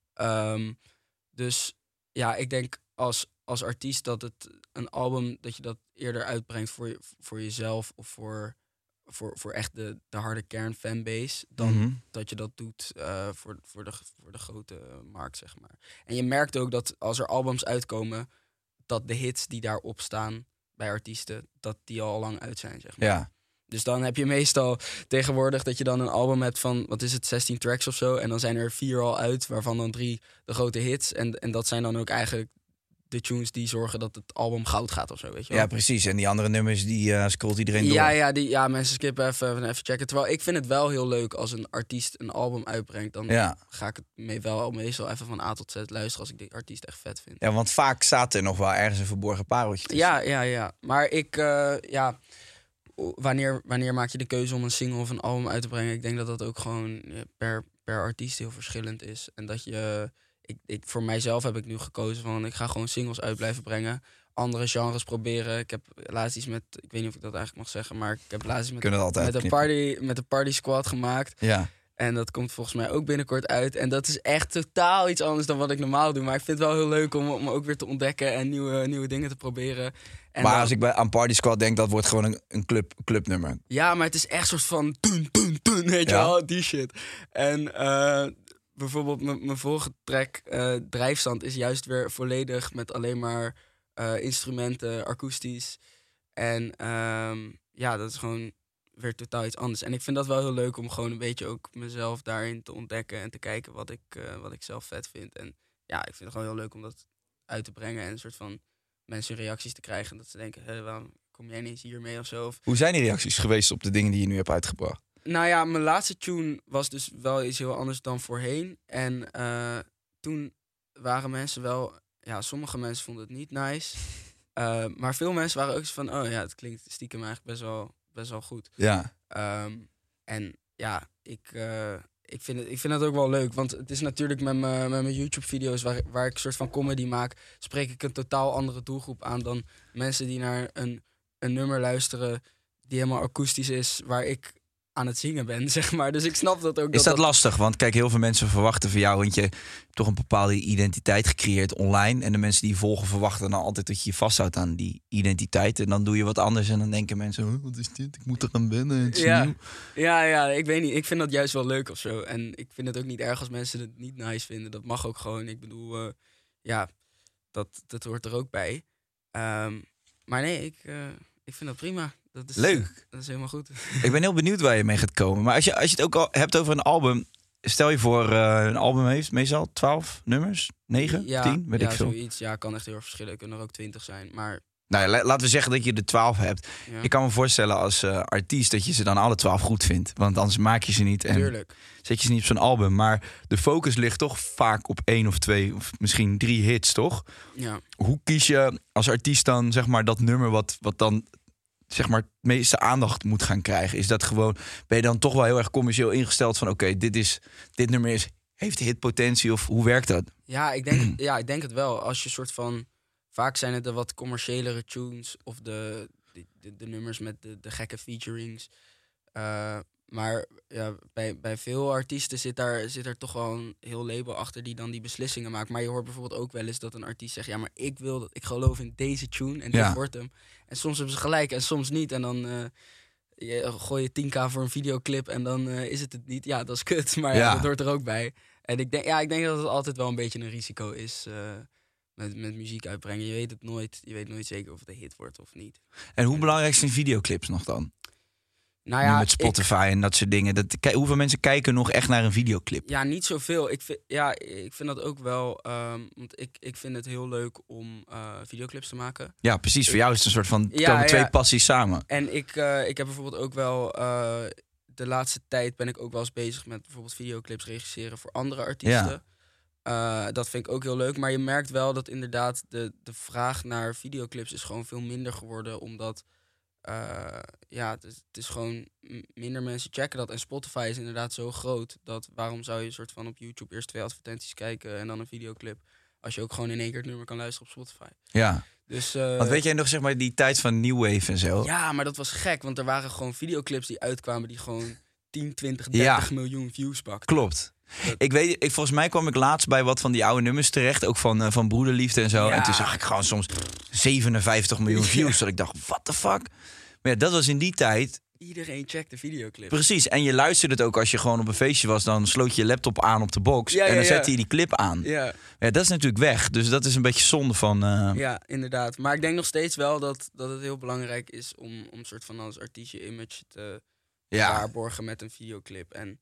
Dus ja, ik denk als artiest dat het een album, dat je dat eerder uitbrengt voor jezelf of voor echt de harde kern fanbase, dan dat je dat doet voor de grote markt, zeg maar. En je merkt ook dat als er albums uitkomen, dat de hits die daarop staan bij artiesten, dat die al lang uit zijn, zeg maar. Ja. Dus dan heb je meestal tegenwoordig dat je dan een album hebt van, 16 tracks of zo. En dan zijn er 4 al uit, waarvan dan 3 de grote hits. En dat zijn dan ook eigenlijk de tunes die zorgen dat het album goud gaat of zo, weet je wel. Ja, precies. En die andere nummers, die scrolt iedereen door. Ja, mensen skippen even checken. Terwijl ik vind het wel heel leuk als een artiest een album uitbrengt. Dan ga ik het meestal even van A tot Z luisteren als ik die artiest echt vet vind. Ja, want vaak staat er nog wel ergens een verborgen pareltje tussen. Ja. Maar wanneer maak je de keuze om een single of een album uit te brengen? Ik denk dat dat ook gewoon per artiest heel verschillend is. En dat je... voor mijzelf heb ik nu gekozen van ik ga gewoon singles uit blijven brengen. Andere genres proberen. Ik heb laatst iets met... Ik weet niet of ik dat eigenlijk mag zeggen, maar ik heb laatst iets met de Party Squad gemaakt. Ja. En dat komt volgens mij ook binnenkort uit. En dat is echt totaal iets anders dan wat ik normaal doe. Maar ik vind het wel heel leuk om ook weer te ontdekken en nieuwe dingen te proberen. En maar als ik aan Party Squad denk, dat wordt gewoon een clubnummer. Ja, maar het is echt soort van... weet je wel, die shit. En bijvoorbeeld mijn vorige track, Drijfstand, is juist weer volledig met alleen maar instrumenten, akoestisch. En dat is gewoon weer totaal iets anders. En ik vind dat wel heel leuk om gewoon een beetje ook mezelf daarin te ontdekken en te kijken wat ik zelf vet vind. En ja, ik vind het gewoon heel leuk om dat uit te brengen en een soort van mensen reacties te krijgen. Dat ze denken, waarom kom jij niet eens hiermee of zo? Hoe zijn die reacties geweest op de dingen die je nu hebt uitgebracht? Nou ja, mijn laatste tune was dus wel iets heel anders dan voorheen. En toen waren mensen wel... Ja, sommige mensen vonden het niet nice. Maar veel mensen waren ook zo van... Oh ja, het klinkt stiekem eigenlijk best wel goed. Ja. En ja, ik vind het ook wel leuk. Want het is natuurlijk met mijn YouTube-video's... waar ik een soort van comedy maak... spreek ik een totaal andere doelgroep aan... dan mensen die naar een nummer luisteren... die helemaal akoestisch is... waar ik aan het zingen ben, zeg maar. Dus ik snap dat ook. Is dat lastig? Want kijk, heel veel mensen verwachten van jou... want je hebt toch een bepaalde identiteit gecreëerd online... en de mensen die je volgen verwachten dan altijd... dat je je vasthoudt aan die identiteit. En dan doe je wat anders en dan denken mensen... wat is dit? Ik moet er aan wennen. Het is nieuw. Ja, ik weet niet. Ik vind dat juist wel leuk of zo. En ik vind het ook niet erg als mensen het niet nice vinden. Dat mag ook gewoon. Ik bedoel, dat hoort er ook bij. Maar nee, ik vind dat prima. Dat is leuk. Dat is helemaal goed. Ik ben heel benieuwd waar je mee gaat komen. Maar als je het ook al hebt over een album... Stel je voor, een album heeft meestal 12 nummers? 9, 10, weet ik veel. Zoiets. Ja, kan echt heel erg verschillen. Kunnen er ook 20 zijn. Maar Nou ja, laten we zeggen dat je er 12 hebt. Ja. Ik kan me voorstellen als artiest dat je ze dan alle 12 goed vindt. Want anders maak je ze niet en Tuurlijk. zet je ze niet op zo'n album. Maar de focus ligt toch vaak op 1 of 2 of misschien 3 hits, toch? Ja. Hoe kies je als artiest dan zeg maar dat nummer wat dan zeg maar het meeste aandacht moet gaan krijgen? Is dat gewoon, ben je dan toch wel heel erg commercieel ingesteld van oké, dit nummer heeft hitpotentie of hoe werkt dat? Ja, ik denk het wel. Als je soort van... Vaak zijn het de wat commerciëlere tunes of de nummers met de gekke featurings. Maar ja, bij veel artiesten zit er toch wel een heel label achter die dan die beslissingen maakt. Maar je hoort bijvoorbeeld ook wel eens dat een artiest zegt... ja, maar ik geloof in deze tune en dit wordt hem. En soms hebben ze gelijk en soms niet. En dan gooi je 10k voor een videoclip en dan is het niet. Ja, dat is kut, maar ja, dat hoort er ook bij. En ik denk dat het altijd wel een beetje een risico is... Met muziek uitbrengen. Je weet het nooit. Je weet nooit zeker of het een hit wordt of niet. En hoe belangrijk zijn videoclips nog dan? Nou ja, nu met Spotify en dat soort dingen. Hoeveel mensen kijken nog echt naar een videoclip? Ja, niet zoveel. Ik vind dat ook wel... want ik vind het heel leuk om videoclips te maken. Ja, precies. Voor jou is het een soort van... komen twee passies samen. En ik heb bijvoorbeeld ook wel... de laatste tijd ben ik ook wel eens bezig met bijvoorbeeld videoclips regisseren voor andere artiesten. Ja. Dat vind ik ook heel leuk. Maar je merkt wel dat inderdaad de vraag naar videoclips is gewoon veel minder geworden. Omdat het is gewoon minder mensen checken dat. En Spotify is inderdaad zo groot dat waarom zou je soort van op YouTube eerst 2 advertenties kijken en dan een videoclip. Als je ook gewoon in één keer het nummer kan luisteren op Spotify. Ja. Dus, want weet jij nog zeg maar die tijd van New Wave en zo? Ja, maar dat was gek. Want er waren gewoon videoclips die uitkwamen die gewoon 10, 20, 30 miljoen views pakten. Klopt. Volgens mij kwam ik laatst bij wat van die oude nummers terecht. Ook van Broederliefde en zo. Ja. En toen zag ik gewoon soms 57 miljoen views. Dat ik dacht, what the fuck? Maar ja, dat was in die tijd... Iedereen checkte videoclips. Precies. En je luisterde het ook als je gewoon op een feestje was. Dan sloot je je laptop aan op de box. En dan zette je die clip aan. Ja. Ja, dat is natuurlijk weg. Dus dat is een beetje zonde van... Ja, inderdaad. Maar ik denk nog steeds wel dat het heel belangrijk is... om soort van als artiest je image te waarborgen met een videoclip. En...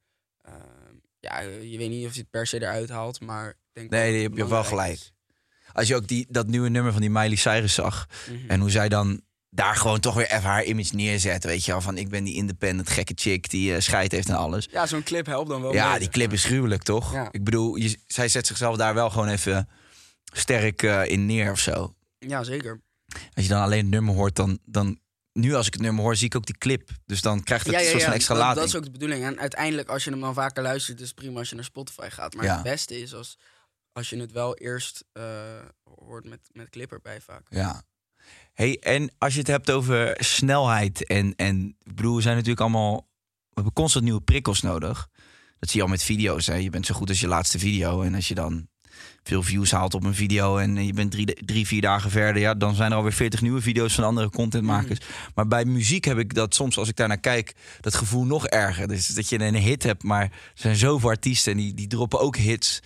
je weet niet of je het per se eruit haalt, maar ik denk... Nee, je hebt wel gelijk. Als je ook dat nieuwe nummer van die Miley Cyrus zag... en hoe zij dan daar gewoon toch weer even haar image neerzet, weet je wel... van ik ben die independent gekke chick die scheid heeft en alles. Ja, zo'n clip helpt dan wel. Ja, die clip is gruwelijk, toch? Ja. Ik bedoel, zij zet zichzelf daar wel gewoon even sterk in neer of zo. Ja, zeker. Als je dan alleen het nummer hoort, dan nu als ik het nummer hoor, zie ik ook die clip. Dus dan krijgt het een soort van extra lading. Dat is ook de bedoeling. En uiteindelijk, als je hem dan vaker luistert... is het prima als je naar Spotify gaat. Maar het beste is als je het wel eerst hoort met clip erbij vaak. Ja. Hey, en als je het hebt over snelheid... en ik bedoel, we zijn natuurlijk allemaal... we hebben constant nieuwe prikkels nodig. Dat zie je al met video's. Hè. Je bent zo goed als je laatste video. En als je dan veel views haalt op een video... en je bent 3-4 dagen verder... ja, dan zijn er alweer 40 nieuwe video's van andere contentmakers. Maar bij muziek heb ik dat soms, als ik daar naar kijk... dat gevoel nog erger. Dus dat je een hit hebt, maar er zijn zoveel artiesten... en die droppen ook hits.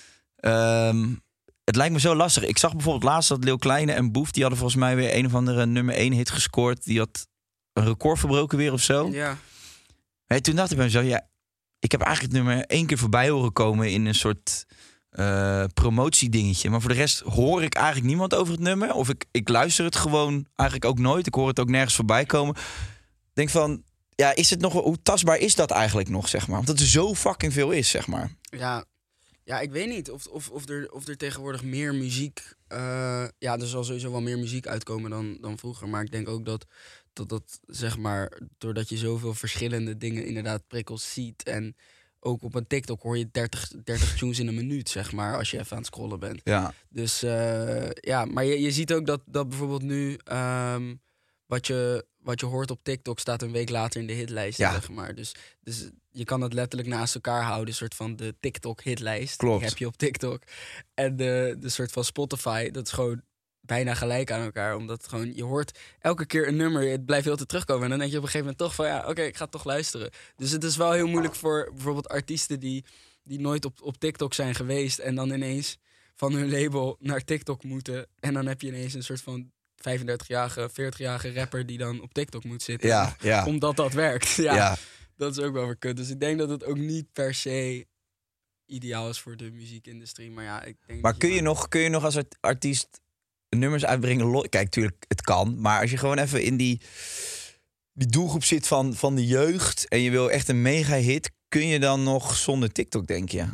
Het lijkt me zo lastig. Ik zag bijvoorbeeld laatst dat Lil Kleine en Boef... die hadden volgens mij weer een of andere nummer 1 hit gescoord. Die had een record verbroken weer of zo. Ja. Hey, toen dacht ik bij mezelf... ja, ik heb eigenlijk het nummer 1 keer voorbij horen komen... in een soort... promotiedingetje. Maar voor de rest hoor ik eigenlijk niemand over het nummer. Of ik luister het gewoon eigenlijk ook nooit. Ik hoor het ook nergens voorbij komen. Denk van, ja, is het nog hoe tastbaar is dat eigenlijk nog, zeg maar? Omdat er zo fucking veel is, zeg maar. Ja, ik weet niet of er tegenwoordig meer muziek... er zal sowieso wel meer muziek uitkomen dan vroeger. Maar ik denk ook dat zeg maar... doordat je zoveel verschillende dingen inderdaad prikkels ziet... en ook op een TikTok hoor je 30 tunes in een minuut, zeg maar, als je even aan het scrollen bent. Ja. Dus maar je ziet ook dat bijvoorbeeld nu wat je hoort op TikTok staat een week later in de hitlijst, zeg maar. Dus je kan het letterlijk naast elkaar houden, een soort van de TikTok-hitlijst. Klopt. Die heb je op TikTok. En de soort van Spotify, dat is gewoon bijna gelijk aan elkaar. Omdat gewoon, je hoort elke keer een nummer, het blijft heel te terugkomen. En dan denk je op een gegeven moment toch van, oké, ik ga toch luisteren. Dus het is wel heel moeilijk voor bijvoorbeeld artiesten die nooit op TikTok zijn geweest... en dan ineens van hun label naar TikTok moeten. En dan heb je ineens een soort van 35-jarige, 40-jarige rapper... die dan op TikTok moet zitten. Ja. Omdat dat werkt. Ja. Dat is ook wel weer kut. Dus ik denk dat het ook niet per se ideaal is voor de muziekindustrie. Maar ja, ik denk... Maar kun je nog als artiest nummers uitbrengen... Kijk, tuurlijk, het kan. Maar als je gewoon even in die doelgroep zit van de jeugd... en je wil echt een mega-hit... kun je dan nog zonder TikTok, denk je?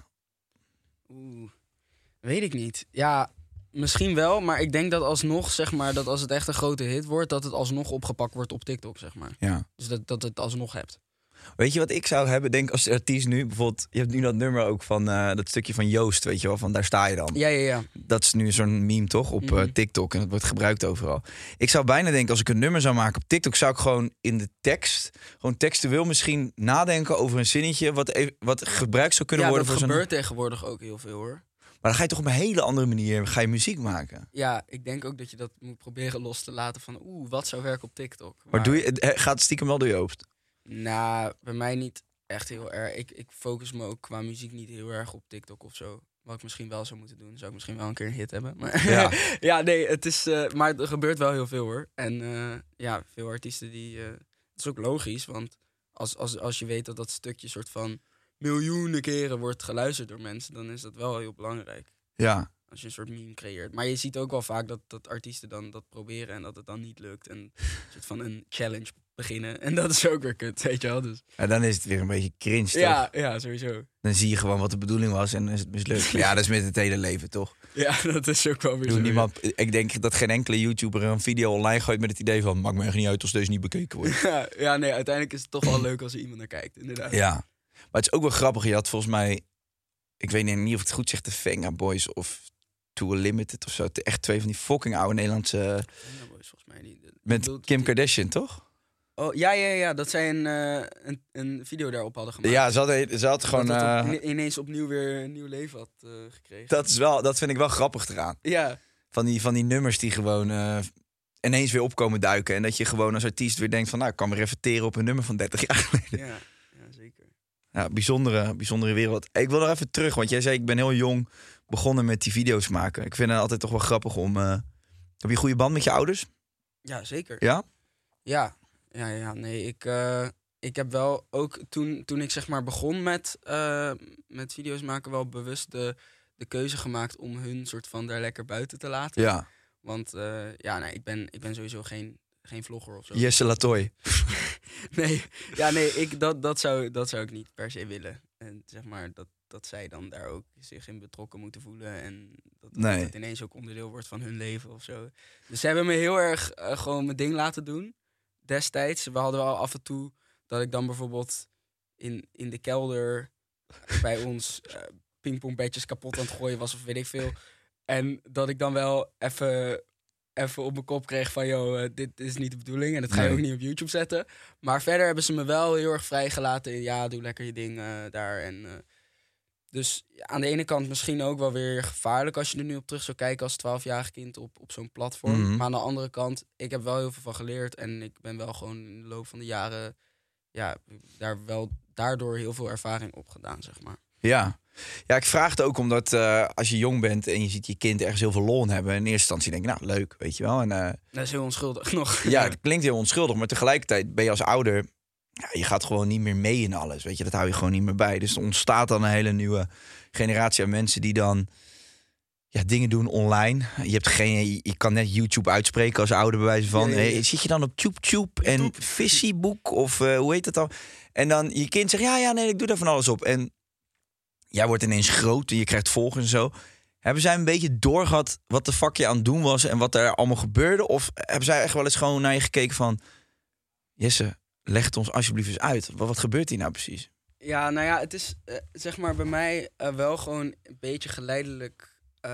Weet ik niet. Ja, misschien wel. Maar ik denk dat alsnog, zeg maar... dat als het echt een grote hit wordt... dat het alsnog opgepakt wordt op TikTok, zeg maar. Ja. Dus dat het alsnog hebt. Weet je wat ik zou hebben? Denk als artiest nu, bijvoorbeeld... Je hebt nu dat nummer ook van dat stukje van Joost, weet je wel? Van Daar sta je dan. Ja. Dat is nu zo'n meme, toch? Op TikTok. En dat wordt gebruikt overal. Ik zou bijna denken, als ik een nummer zou maken op TikTok... zou ik gewoon in de tekst... gewoon textueel misschien nadenken over een zinnetje... wat gebruikt zou kunnen worden voor zo'n... Ja, dat gebeurt tegenwoordig ook heel veel, hoor. Maar dan ga je toch op een hele andere manier ga je muziek maken. Ja, ik denk ook dat je dat moet proberen los te laten van... wat zou werken op TikTok? Maar gaat het stiekem wel door je hoofd? Nou, bij mij niet echt heel erg. Ik focus me ook qua muziek niet heel erg op TikTok of zo. Wat ik misschien wel zou moeten doen. Zou ik misschien wel een keer een hit hebben. Maar ja, nee, het is... maar er gebeurt wel heel veel, hoor. En veel artiesten die... het is ook logisch, want als je weet dat stukje soort van... miljoenen keren wordt geluisterd door mensen... dan is dat wel heel belangrijk. Ja. Als je een soort meme creëert. Maar je ziet ook wel vaak dat artiesten dan dat proberen... en dat het dan niet lukt. En een soort van een challenge beginnen. En dat is ook weer kut, weet je wel. Dus... Ja, dan is het weer een beetje cringe, toch? Ja, sowieso. Dan zie je gewoon wat de bedoeling was en dan is het mislukt. Ja, dat is met het hele leven, toch? Ja, dat is ook wel weer zo. Ik denk dat geen enkele YouTuber een video online gooit met het idee van... maakt me echt niet uit als deze niet bekeken wordt. Ja, nee, uiteindelijk is het toch wel leuk als er iemand naar kijkt, inderdaad. Ja, maar het is ook wel grappig. Je had volgens mij... Ik weet niet of het goed zegt, de Venga Boys of To A Limited of zo. Echt twee van die fucking oude Nederlandse... Venga Boys, volgens mij niet. Met Kim Kardashian, toch? Oh, ja, dat zij een video daarop hadden gemaakt. Ja, ze had gewoon... Dat ineens opnieuw weer een nieuw leven had gekregen. Dat vind ik wel grappig eraan. Ja. Van die nummers die gewoon ineens weer opkomen duiken. En dat je gewoon als artiest weer denkt van... nou, ik kan me reflecteren op een nummer van 30 jaar geleden. Ja, zeker. Ja, bijzondere wereld. Ik wil nog even terug, want jij zei ik ben heel jong begonnen met die video's maken. Ik vind het altijd toch wel grappig om... Heb je een goede band met je ouders? Ja, zeker. Ja? Ja, nee, ik heb wel ook toen ik zeg maar begon met video's maken wel bewust de keuze gemaakt om hun soort van daar lekker buiten te laten. Ja. Want ik ben sowieso geen vlogger of zo. Jesse Latoy. Nee, dat zou ik niet per se willen. En zeg maar dat zij dan daar ook zich in betrokken moeten voelen. En dat het ineens ook onderdeel wordt van hun leven of zo. Dus ze hebben me heel erg gewoon mijn ding laten doen. Destijds. We hadden wel af en toe dat ik dan bijvoorbeeld in de kelder bij ons pingpongbedjes kapot aan het gooien was of weet ik veel. En dat ik dan wel even op mijn kop kreeg van... dit is niet de bedoeling en dat ga je ook niet op YouTube zetten. Maar verder hebben ze me wel heel erg vrijgelaten in... ja, doe lekker je ding daar. En, dus aan de ene kant misschien ook wel weer gevaarlijk... als je er nu op terug zou kijken als 12-jarig kind op zo'n platform. Mm-hmm. Maar aan de andere kant, ik heb wel heel veel van geleerd... en ik ben wel gewoon in de loop van de jaren... daardoor heel veel ervaring opgedaan, zeg maar. Ja, ik vraag het ook omdat als je jong bent en je ziet je kind ergens heel veel lol in hebben... in eerste instantie denk je, nou, leuk, weet je wel. En, dat is heel onschuldig nog. Ja, het klinkt heel onschuldig, maar tegelijkertijd ben je als ouder... Ja, je gaat gewoon niet meer mee in alles, weet je. Dat hou je gewoon niet meer bij. Dus er ontstaat dan een hele nieuwe generatie aan mensen die dan... Ja, dingen doen online. Je kan net YouTube uitspreken als ouder, bij wijze van... Ja. Zit je dan op TubeTube en Visieboek of hoe heet dat dan? En dan je kind zegt, nee, ik doe daar van alles op. En jij wordt ineens groot en je krijgt volgers en zo. Hebben zij een beetje doorgehad wat de fuck je aan het doen was... en wat er allemaal gebeurde? Of hebben zij echt wel eens gewoon naar je gekeken van... Jesse, leg het ons alsjeblieft eens uit. Wat gebeurt hier nou precies? Ja, nou ja, het is zeg maar bij mij wel gewoon een beetje geleidelijk...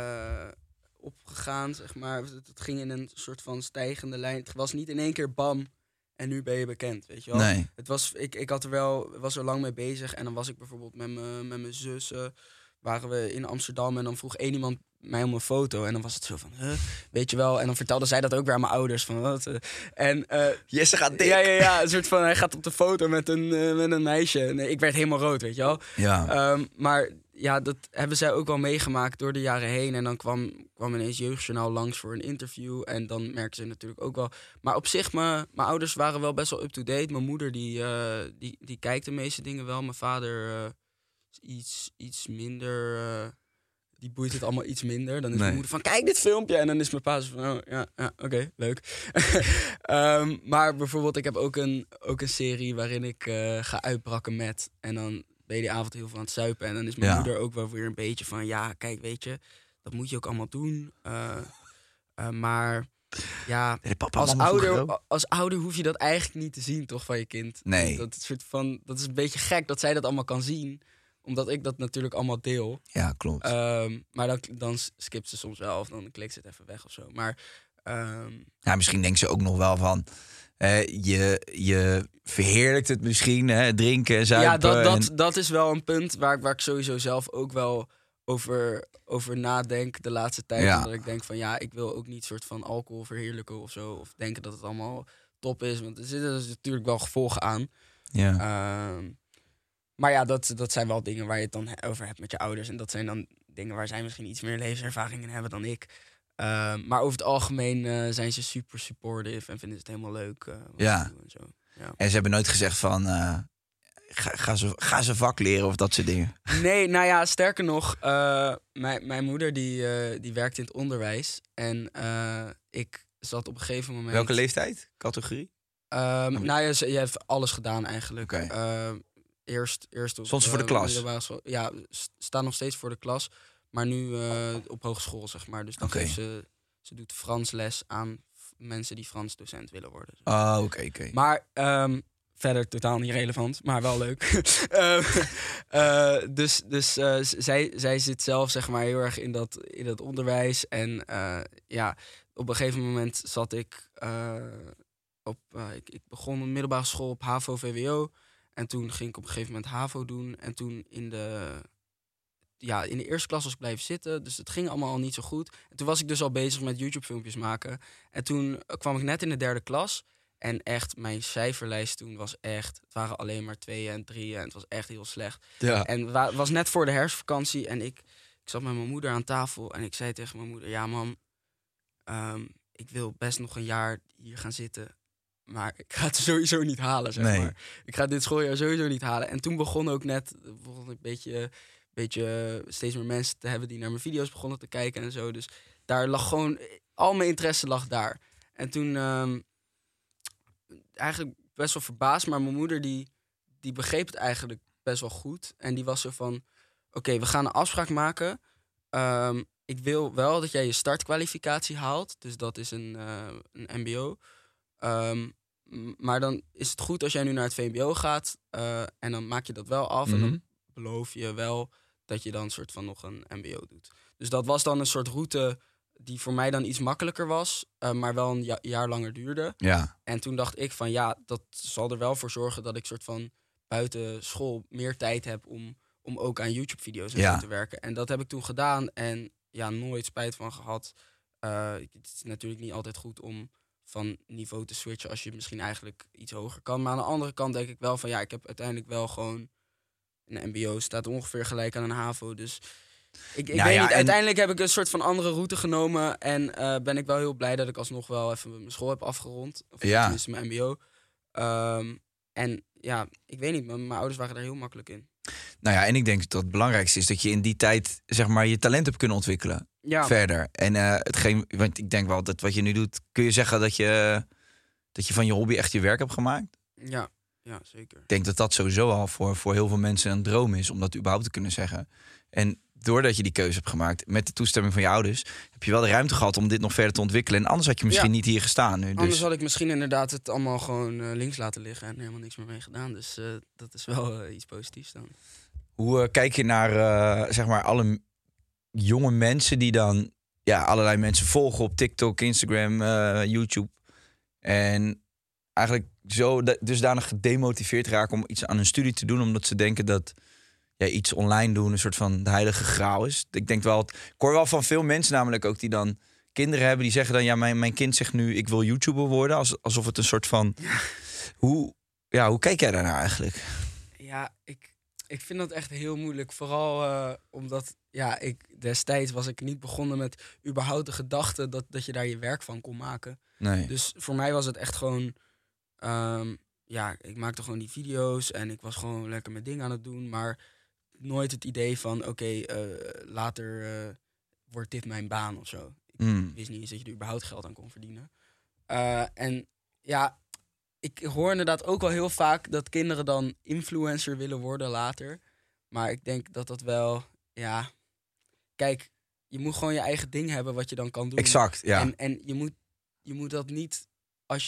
opgegaan, zeg maar. Het ging in een soort van stijgende lijn. Het was niet in één keer bam en nu ben je bekend, weet je wel. Nee. Het was, ik was er lang mee bezig en dan was ik bijvoorbeeld met mijn zussen, waren we in Amsterdam en dan vroeg één iemand mij om een foto en dan was het zo van, weet je wel. En dan vertelde zij dat ook weer aan mijn ouders van wat. En Jesse gaat dik. Ja, een soort van hij gaat op de foto met een meisje. Nee, ik werd helemaal rood, weet je wel. Ja. Maar ja, dat hebben zij ook wel meegemaakt door de jaren heen. En dan kwam ineens Jeugdjournaal langs voor een interview. En dan merkten ze natuurlijk ook wel... Maar op zich, mijn ouders waren wel best wel up-to-date. Mijn moeder, die kijkt de meeste dingen wel. Mijn vader is iets minder die boeit het allemaal iets minder. Dan is mijn moeder van, kijk dit filmpje. En dan is mijn pa zo van, oké, leuk. Maar bijvoorbeeld, ik heb ook een serie waarin ik ga uitbrakken met. En dan ben je die avond heel veel aan het zuipen. En dan is mijn moeder ook wel weer een beetje van, ja, kijk, weet je, dat moet je ook allemaal doen. Maar ja, als ouder hoef je dat eigenlijk niet te zien, toch, van je kind. Nee. Dat is een beetje gek dat zij dat allemaal kan zien. Omdat ik dat natuurlijk allemaal deel. Ja, klopt. Maar dan skipt ze soms wel of dan klikt ze het even weg of zo. Maar misschien denkt ze ook nog wel van... je verheerlijkt het misschien, hè? Drinken en zuipen. Ja, dat is wel een punt waar ik sowieso zelf ook wel over nadenk de laatste tijd. Ja. Omdat ik denk van, ja, ik wil ook niet soort van alcohol verheerlijken of zo. Of denken dat het allemaal top is. Want er zitten dus natuurlijk wel gevolgen aan. Ja. Maar ja, dat zijn wel dingen waar je het dan over hebt met je ouders. En dat zijn dan dingen waar zij misschien iets meer levenservaring in hebben dan ik. Maar over het algemeen zijn ze super supportive en vinden ze het helemaal leuk. Wat ik doe en zo. Ja. En ze hebben nooit gezegd van... Ga ze vak leren of dat soort dingen? Nee, nou ja, sterker nog, mijn moeder die werkt in het onderwijs. En ik zat op een gegeven moment... Welke leeftijd? Categorie? Nou ja, je heeft alles gedaan eigenlijk. Okay. Eerst op... Stond ze voor de klas? Ja, staan nog steeds voor de klas. Maar nu op hogeschool, zeg maar. Dus dan geeft ze doet Frans les aan mensen die Frans docent willen worden. Oké. Maar verder totaal niet relevant, maar wel leuk. Dus zij zit zelf, zeg maar, heel erg in dat onderwijs. En op een gegeven moment zat ik ik begon een middelbare school op HAVO-VWO. En toen ging ik op een gegeven moment HAVO doen. En toen in de eerste klas was ik blijven zitten. Dus het ging allemaal al niet zo goed. En toen was ik dus al bezig met YouTube-filmpjes maken. En toen kwam ik net in de 3e klas. En echt, mijn cijferlijst toen was echt... Het waren alleen maar 2 en 3 en het was echt heel slecht. Ja. En het was net voor de herfstvakantie. En ik zat met mijn moeder aan tafel. En ik zei tegen mijn moeder... Ja, mam, ik wil best nog een jaar hier gaan zitten. Maar ik ga het sowieso niet halen, zeg maar. Ik ga dit schooljaar sowieso niet halen. En toen begon ook net... een beetje steeds meer mensen te hebben die naar mijn video's begonnen te kijken en zo. Dus daar lag gewoon... Al mijn interesse lag daar. En toen... eigenlijk best wel verbaasd, maar mijn moeder die begreep het eigenlijk best wel goed. En die was zo van... Oké, we gaan een afspraak maken. Ik wil wel dat jij je startkwalificatie haalt. Dus dat is een mbo. Maar dan is het goed als jij nu naar het VMBO gaat. En dan maak je dat wel af. En dan beloof je wel dat je dan soort van nog een mbo doet. Dus dat was dan een soort route die voor mij dan iets makkelijker was. Maar wel een jaar langer duurde. Ja. En toen dacht ik van dat zal er wel voor zorgen dat ik soort van buiten school meer tijd heb om ook aan YouTube-video's en zo te werken. En dat heb ik toen gedaan en nooit spijt van gehad. Het is natuurlijk niet altijd goed om van niveau te switchen als je misschien eigenlijk iets hoger kan. Maar aan de andere kant denk ik wel van ik heb uiteindelijk wel gewoon een mbo staat ongeveer gelijk aan een HAVO. Dus ik weet niet. Uiteindelijk heb ik een soort van andere route genomen en ben ik wel heel blij dat ik alsnog wel even mijn school heb afgerond. Of tenminste mijn mbo. En ik weet niet, mijn ouders waren daar heel makkelijk in. Nou ja, en ik denk dat het belangrijkste is dat je in die tijd zeg maar je talent hebt kunnen ontwikkelen. Ja. Verder. En want ik denk wel dat wat je nu doet, kun je zeggen dat je van je hobby echt je werk hebt gemaakt? Ja, zeker. Ik denk dat dat sowieso al voor heel veel mensen een droom is om dat überhaupt te kunnen zeggen. En doordat je die keuze hebt gemaakt met de toestemming van je ouders, heb je wel de ruimte gehad om dit nog verder te ontwikkelen. En anders had je misschien niet hier gestaan nu. Anders had ik misschien inderdaad het allemaal gewoon links laten liggen en helemaal niks meer mee gedaan. Dus dat is wel iets positiefs dan. Hoe kijk je naar zeg maar alle jonge mensen die dan allerlei mensen volgen op TikTok, Instagram, YouTube en eigenlijk zo dusdanig gedemotiveerd raken om iets aan hun studie te doen, omdat ze denken dat iets online doen een soort van de heilige graal is. Ik denk wel, ik hoor wel van veel mensen namelijk ook die dan kinderen hebben die zeggen dan mijn kind zegt nu ik wil YouTuber worden, alsof het een soort van hoe kijk jij daarnaar eigenlijk? Ja, ik vind dat echt heel moeilijk, vooral omdat destijds was ik niet begonnen met überhaupt de gedachte dat je daar je werk van kon maken. Nee. Dus voor mij was het echt gewoon ik maakte gewoon die video's en ik was gewoon lekker mijn ding aan het doen. Maar nooit het idee van, later wordt dit mijn baan of zo. Ik wist niet eens dat je er überhaupt geld aan kon verdienen. En ja, ik hoor inderdaad ook wel heel vaak dat kinderen dan influencer willen worden later. Maar ik denk dat dat wel, ja... Kijk, je moet gewoon je eigen ding hebben wat je dan kan doen. Exact, ja. En je moet dat niet, als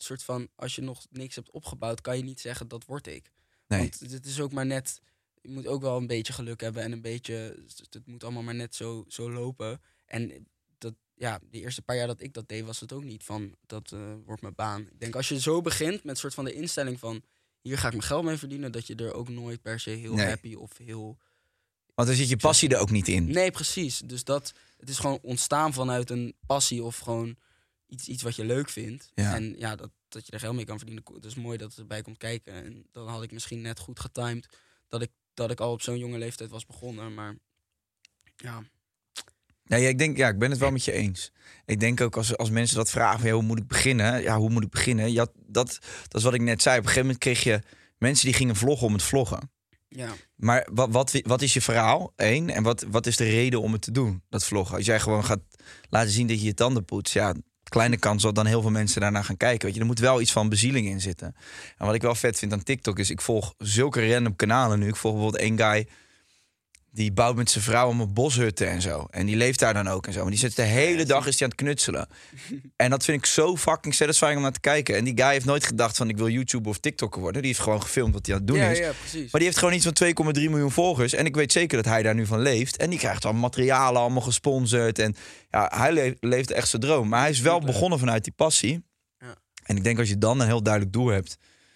je nog niks hebt opgebouwd, kan je niet zeggen, dat word ik. Nee. Want het is ook maar net, je moet ook wel een beetje geluk hebben en een beetje, het moet allemaal maar net zo lopen. En dat, ja, de eerste paar jaar dat ik dat deed, was het ook niet van, dat wordt mijn baan. Ik denk, als je zo begint met soort van de instelling van, hier ga ik mijn geld mee verdienen, dat je er ook nooit per se heel happy of heel... Want dan zit je passie er ook niet in. Nee, precies. Dus het is gewoon ontstaan vanuit een passie of gewoon iets wat je leuk vindt. Ja. En ja, dat je er geld mee kan verdienen. Het is mooi dat het erbij komt kijken. En dan had ik misschien net goed getimed dat ik al op zo'n jonge leeftijd was begonnen. Maar ja... Nee, ik denk, ik ben het wel met je eens. Ik denk ook als mensen dat vragen, van, hoe moet ik beginnen? Ja, hoe moet ik beginnen? Ja, dat is wat ik net zei. Op een gegeven moment kreeg je mensen die gingen vloggen om het vloggen. Ja. Maar wat is je verhaal? Eén. En wat is de reden om het te doen, dat vloggen? Als jij gewoon gaat laten zien dat je je tanden poetst, ja, kleine kans dat dan heel veel mensen daarna gaan kijken. Weet je, er moet wel iets van bezieling in zitten. En wat ik wel vet vind aan TikTok is, ik volg zulke random kanalen nu. Ik volg bijvoorbeeld één guy die bouwt met zijn vrouw om boshutten en zo. En die leeft daar dan ook en zo. Maar die zit de hele dag is die aan het knutselen. En dat vind ik zo fucking satisfying om naar te kijken. En die guy heeft nooit gedacht van, ik wil YouTuber of TikToker worden. Die heeft gewoon gefilmd wat hij aan het doen is. Ja, precies. Maar die heeft gewoon iets van 2,3 miljoen volgers. En ik weet zeker dat hij daar nu van leeft. En die krijgt dan materialen allemaal gesponsord. En ja, hij leeft echt zijn droom. Maar hij is wel begonnen vanuit die passie. Ja. En ik denk als je dan een heel duidelijk doel hebt...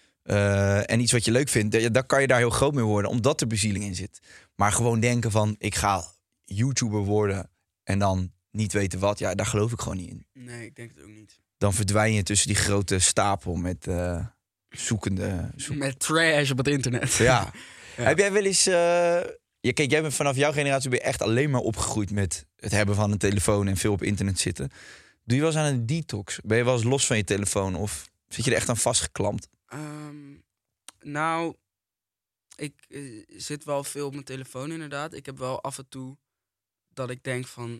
en iets wat je leuk vindt, dan kan je daar heel groot mee worden, omdat er bezieling in zit. Maar gewoon denken van, ik ga YouTuber worden en dan niet weten wat, ja, daar geloof ik gewoon niet in. Nee, ik denk het ook niet. Dan verdwijn je tussen die grote stapel met zoekende... Met trash op het internet. Ja. Heb jij wel eens... kijk, jij bent vanaf jouw generatie ben je echt alleen maar opgegroeid met het hebben van een telefoon en veel op internet zitten. Doe je wel eens aan een detox? Ben je wel eens los van je telefoon of zit je er echt aan vastgeklampt? Nou, ik zit wel veel op mijn telefoon inderdaad. Ik heb wel af en toe dat ik denk van...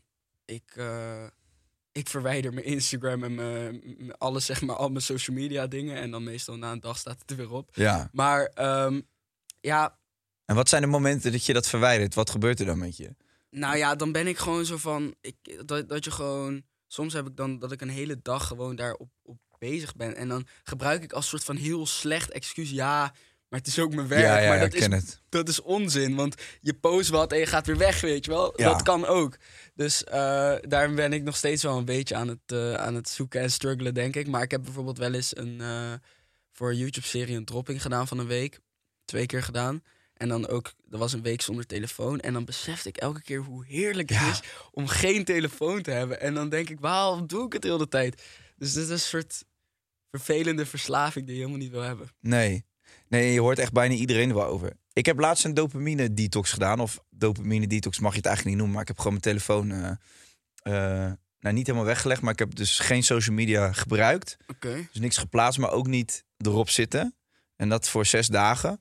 Ik verwijder mijn Instagram en alles, zeg maar, al mijn social media dingen. En dan meestal na een dag staat het er weer op. Ja. Maar ja... En wat zijn de momenten dat je dat verwijdert? Wat gebeurt er dan met je? Nou ja, dan ben ik gewoon zo van... Dat je gewoon... Soms heb ik dan dat ik een hele dag gewoon daarop bezig ben. En dan gebruik ik als soort van heel slecht excuus. Ja, maar het is ook mijn werk. Ja, maar dat is onzin. Want je post wat en je gaat weer weg, weet je wel. Ja. Dat kan ook. Dus daar ben ik nog steeds wel een beetje aan het zoeken en struggelen, denk ik. Maar ik heb bijvoorbeeld wel eens voor een YouTube-serie een dropping gedaan van een week. 2 keer gedaan. En dan ook, er was een week zonder telefoon. En dan besefte ik elke keer hoe heerlijk het is om geen telefoon te hebben. En dan denk ik, waarom doe ik het de hele tijd? Dus dit is een soort vervelende verslaving die je helemaal niet wil hebben. Nee, je hoort echt bijna iedereen er wel over. Ik heb laatst een dopamine detox gedaan. Of dopamine detox mag je het eigenlijk niet noemen. Maar ik heb gewoon mijn telefoon niet helemaal weggelegd. Maar ik heb dus geen social media gebruikt. Okay. Dus niks geplaatst, maar ook niet erop zitten. En dat voor 6 dagen.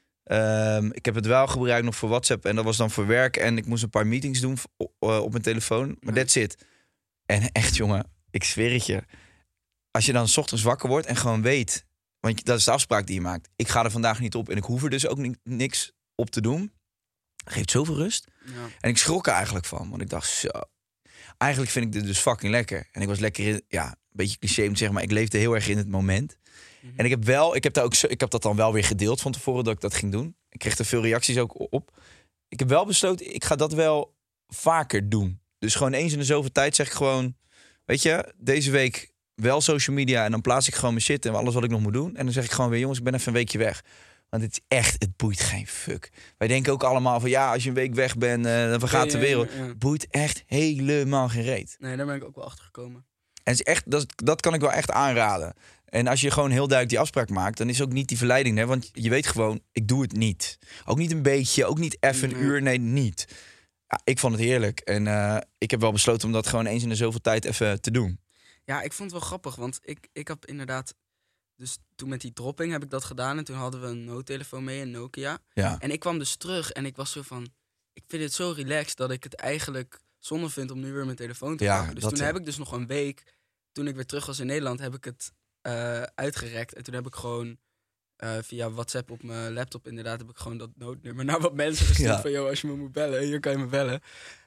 Ik heb het wel gebruikt nog voor WhatsApp. En dat was dan voor werk. En ik moest een paar meetings doen op mijn telefoon. Maar that's it. En echt, jongen, ik zweer het je. Als je dan 's ochtends wakker wordt en gewoon weet... Want dat is de afspraak die je maakt. Ik ga er vandaag niet op en ik hoef er dus ook niks op te doen. Geeft zoveel rust. Ja. En ik schrok er eigenlijk van. Want ik dacht, zo... Eigenlijk vind ik dit dus fucking lekker. En ik was lekker in... Ja, een beetje cliché om te zeggen, maar ik leefde heel erg in het moment. Mm-hmm. En ik heb dat dan wel weer gedeeld van tevoren dat ik dat ging doen. Ik kreeg er veel reacties ook op. Ik heb wel besloten, ik ga dat wel vaker doen. Dus gewoon eens in de zoveel tijd zeg ik gewoon... Weet je, deze week... wel social media en dan plaats ik gewoon mijn shit en alles wat ik nog moet doen. En dan zeg ik gewoon weer, jongens, ik ben even een weekje weg. Want het is echt, het boeit geen fuck. Wij denken ook allemaal van, ja, als je een week weg bent, dan vergaat de wereld. Ja. Boeit echt helemaal geen reet. Nee, daar ben ik ook wel achter gekomen. En het is echt, dat kan ik wel echt aanraden. En als je gewoon heel duidelijk die afspraak maakt, dan is ook niet die verleiding, hè? Want je weet gewoon, ik doe het niet. Ook niet een beetje, ook niet even een uur, nee, niet. Ja, ik vond het heerlijk. En ik heb wel besloten om dat gewoon eens in de zoveel tijd even te doen. Ja, ik vond het wel grappig, want ik heb inderdaad... Dus toen met die dropping heb ik dat gedaan. En toen hadden we een noodtelefoon mee, een Nokia. Ja. En ik kwam dus terug en ik was zo van... Ik vind het zo relaxed dat ik het eigenlijk zonde vind om nu weer mijn telefoon te pakken. Dus toen heb ik dus nog een week... Toen ik weer terug was in Nederland, heb ik het uitgerekt. En toen heb ik gewoon via WhatsApp op mijn laptop inderdaad... heb ik gewoon dat noodnummer naar wat mensen gestuurd. Van, als je me moet bellen, hier kan je me bellen.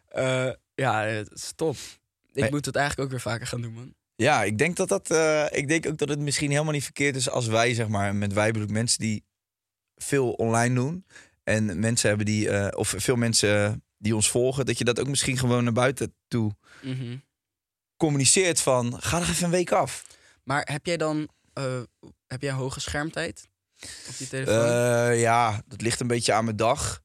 Het is top. Ik moet het eigenlijk ook weer vaker gaan doen, man. Ja, ik denk ik denk ook dat het misschien helemaal niet verkeerd is als wij, zeg maar, met wij bedoel ik mensen die veel online doen en mensen hebben die, of veel mensen die ons volgen, dat je dat ook misschien gewoon naar buiten toe communiceert van, ga er even een week af. Maar heb jij dan, hoge schermtijd op die telefoon? Ja, dat ligt een beetje aan mijn dag.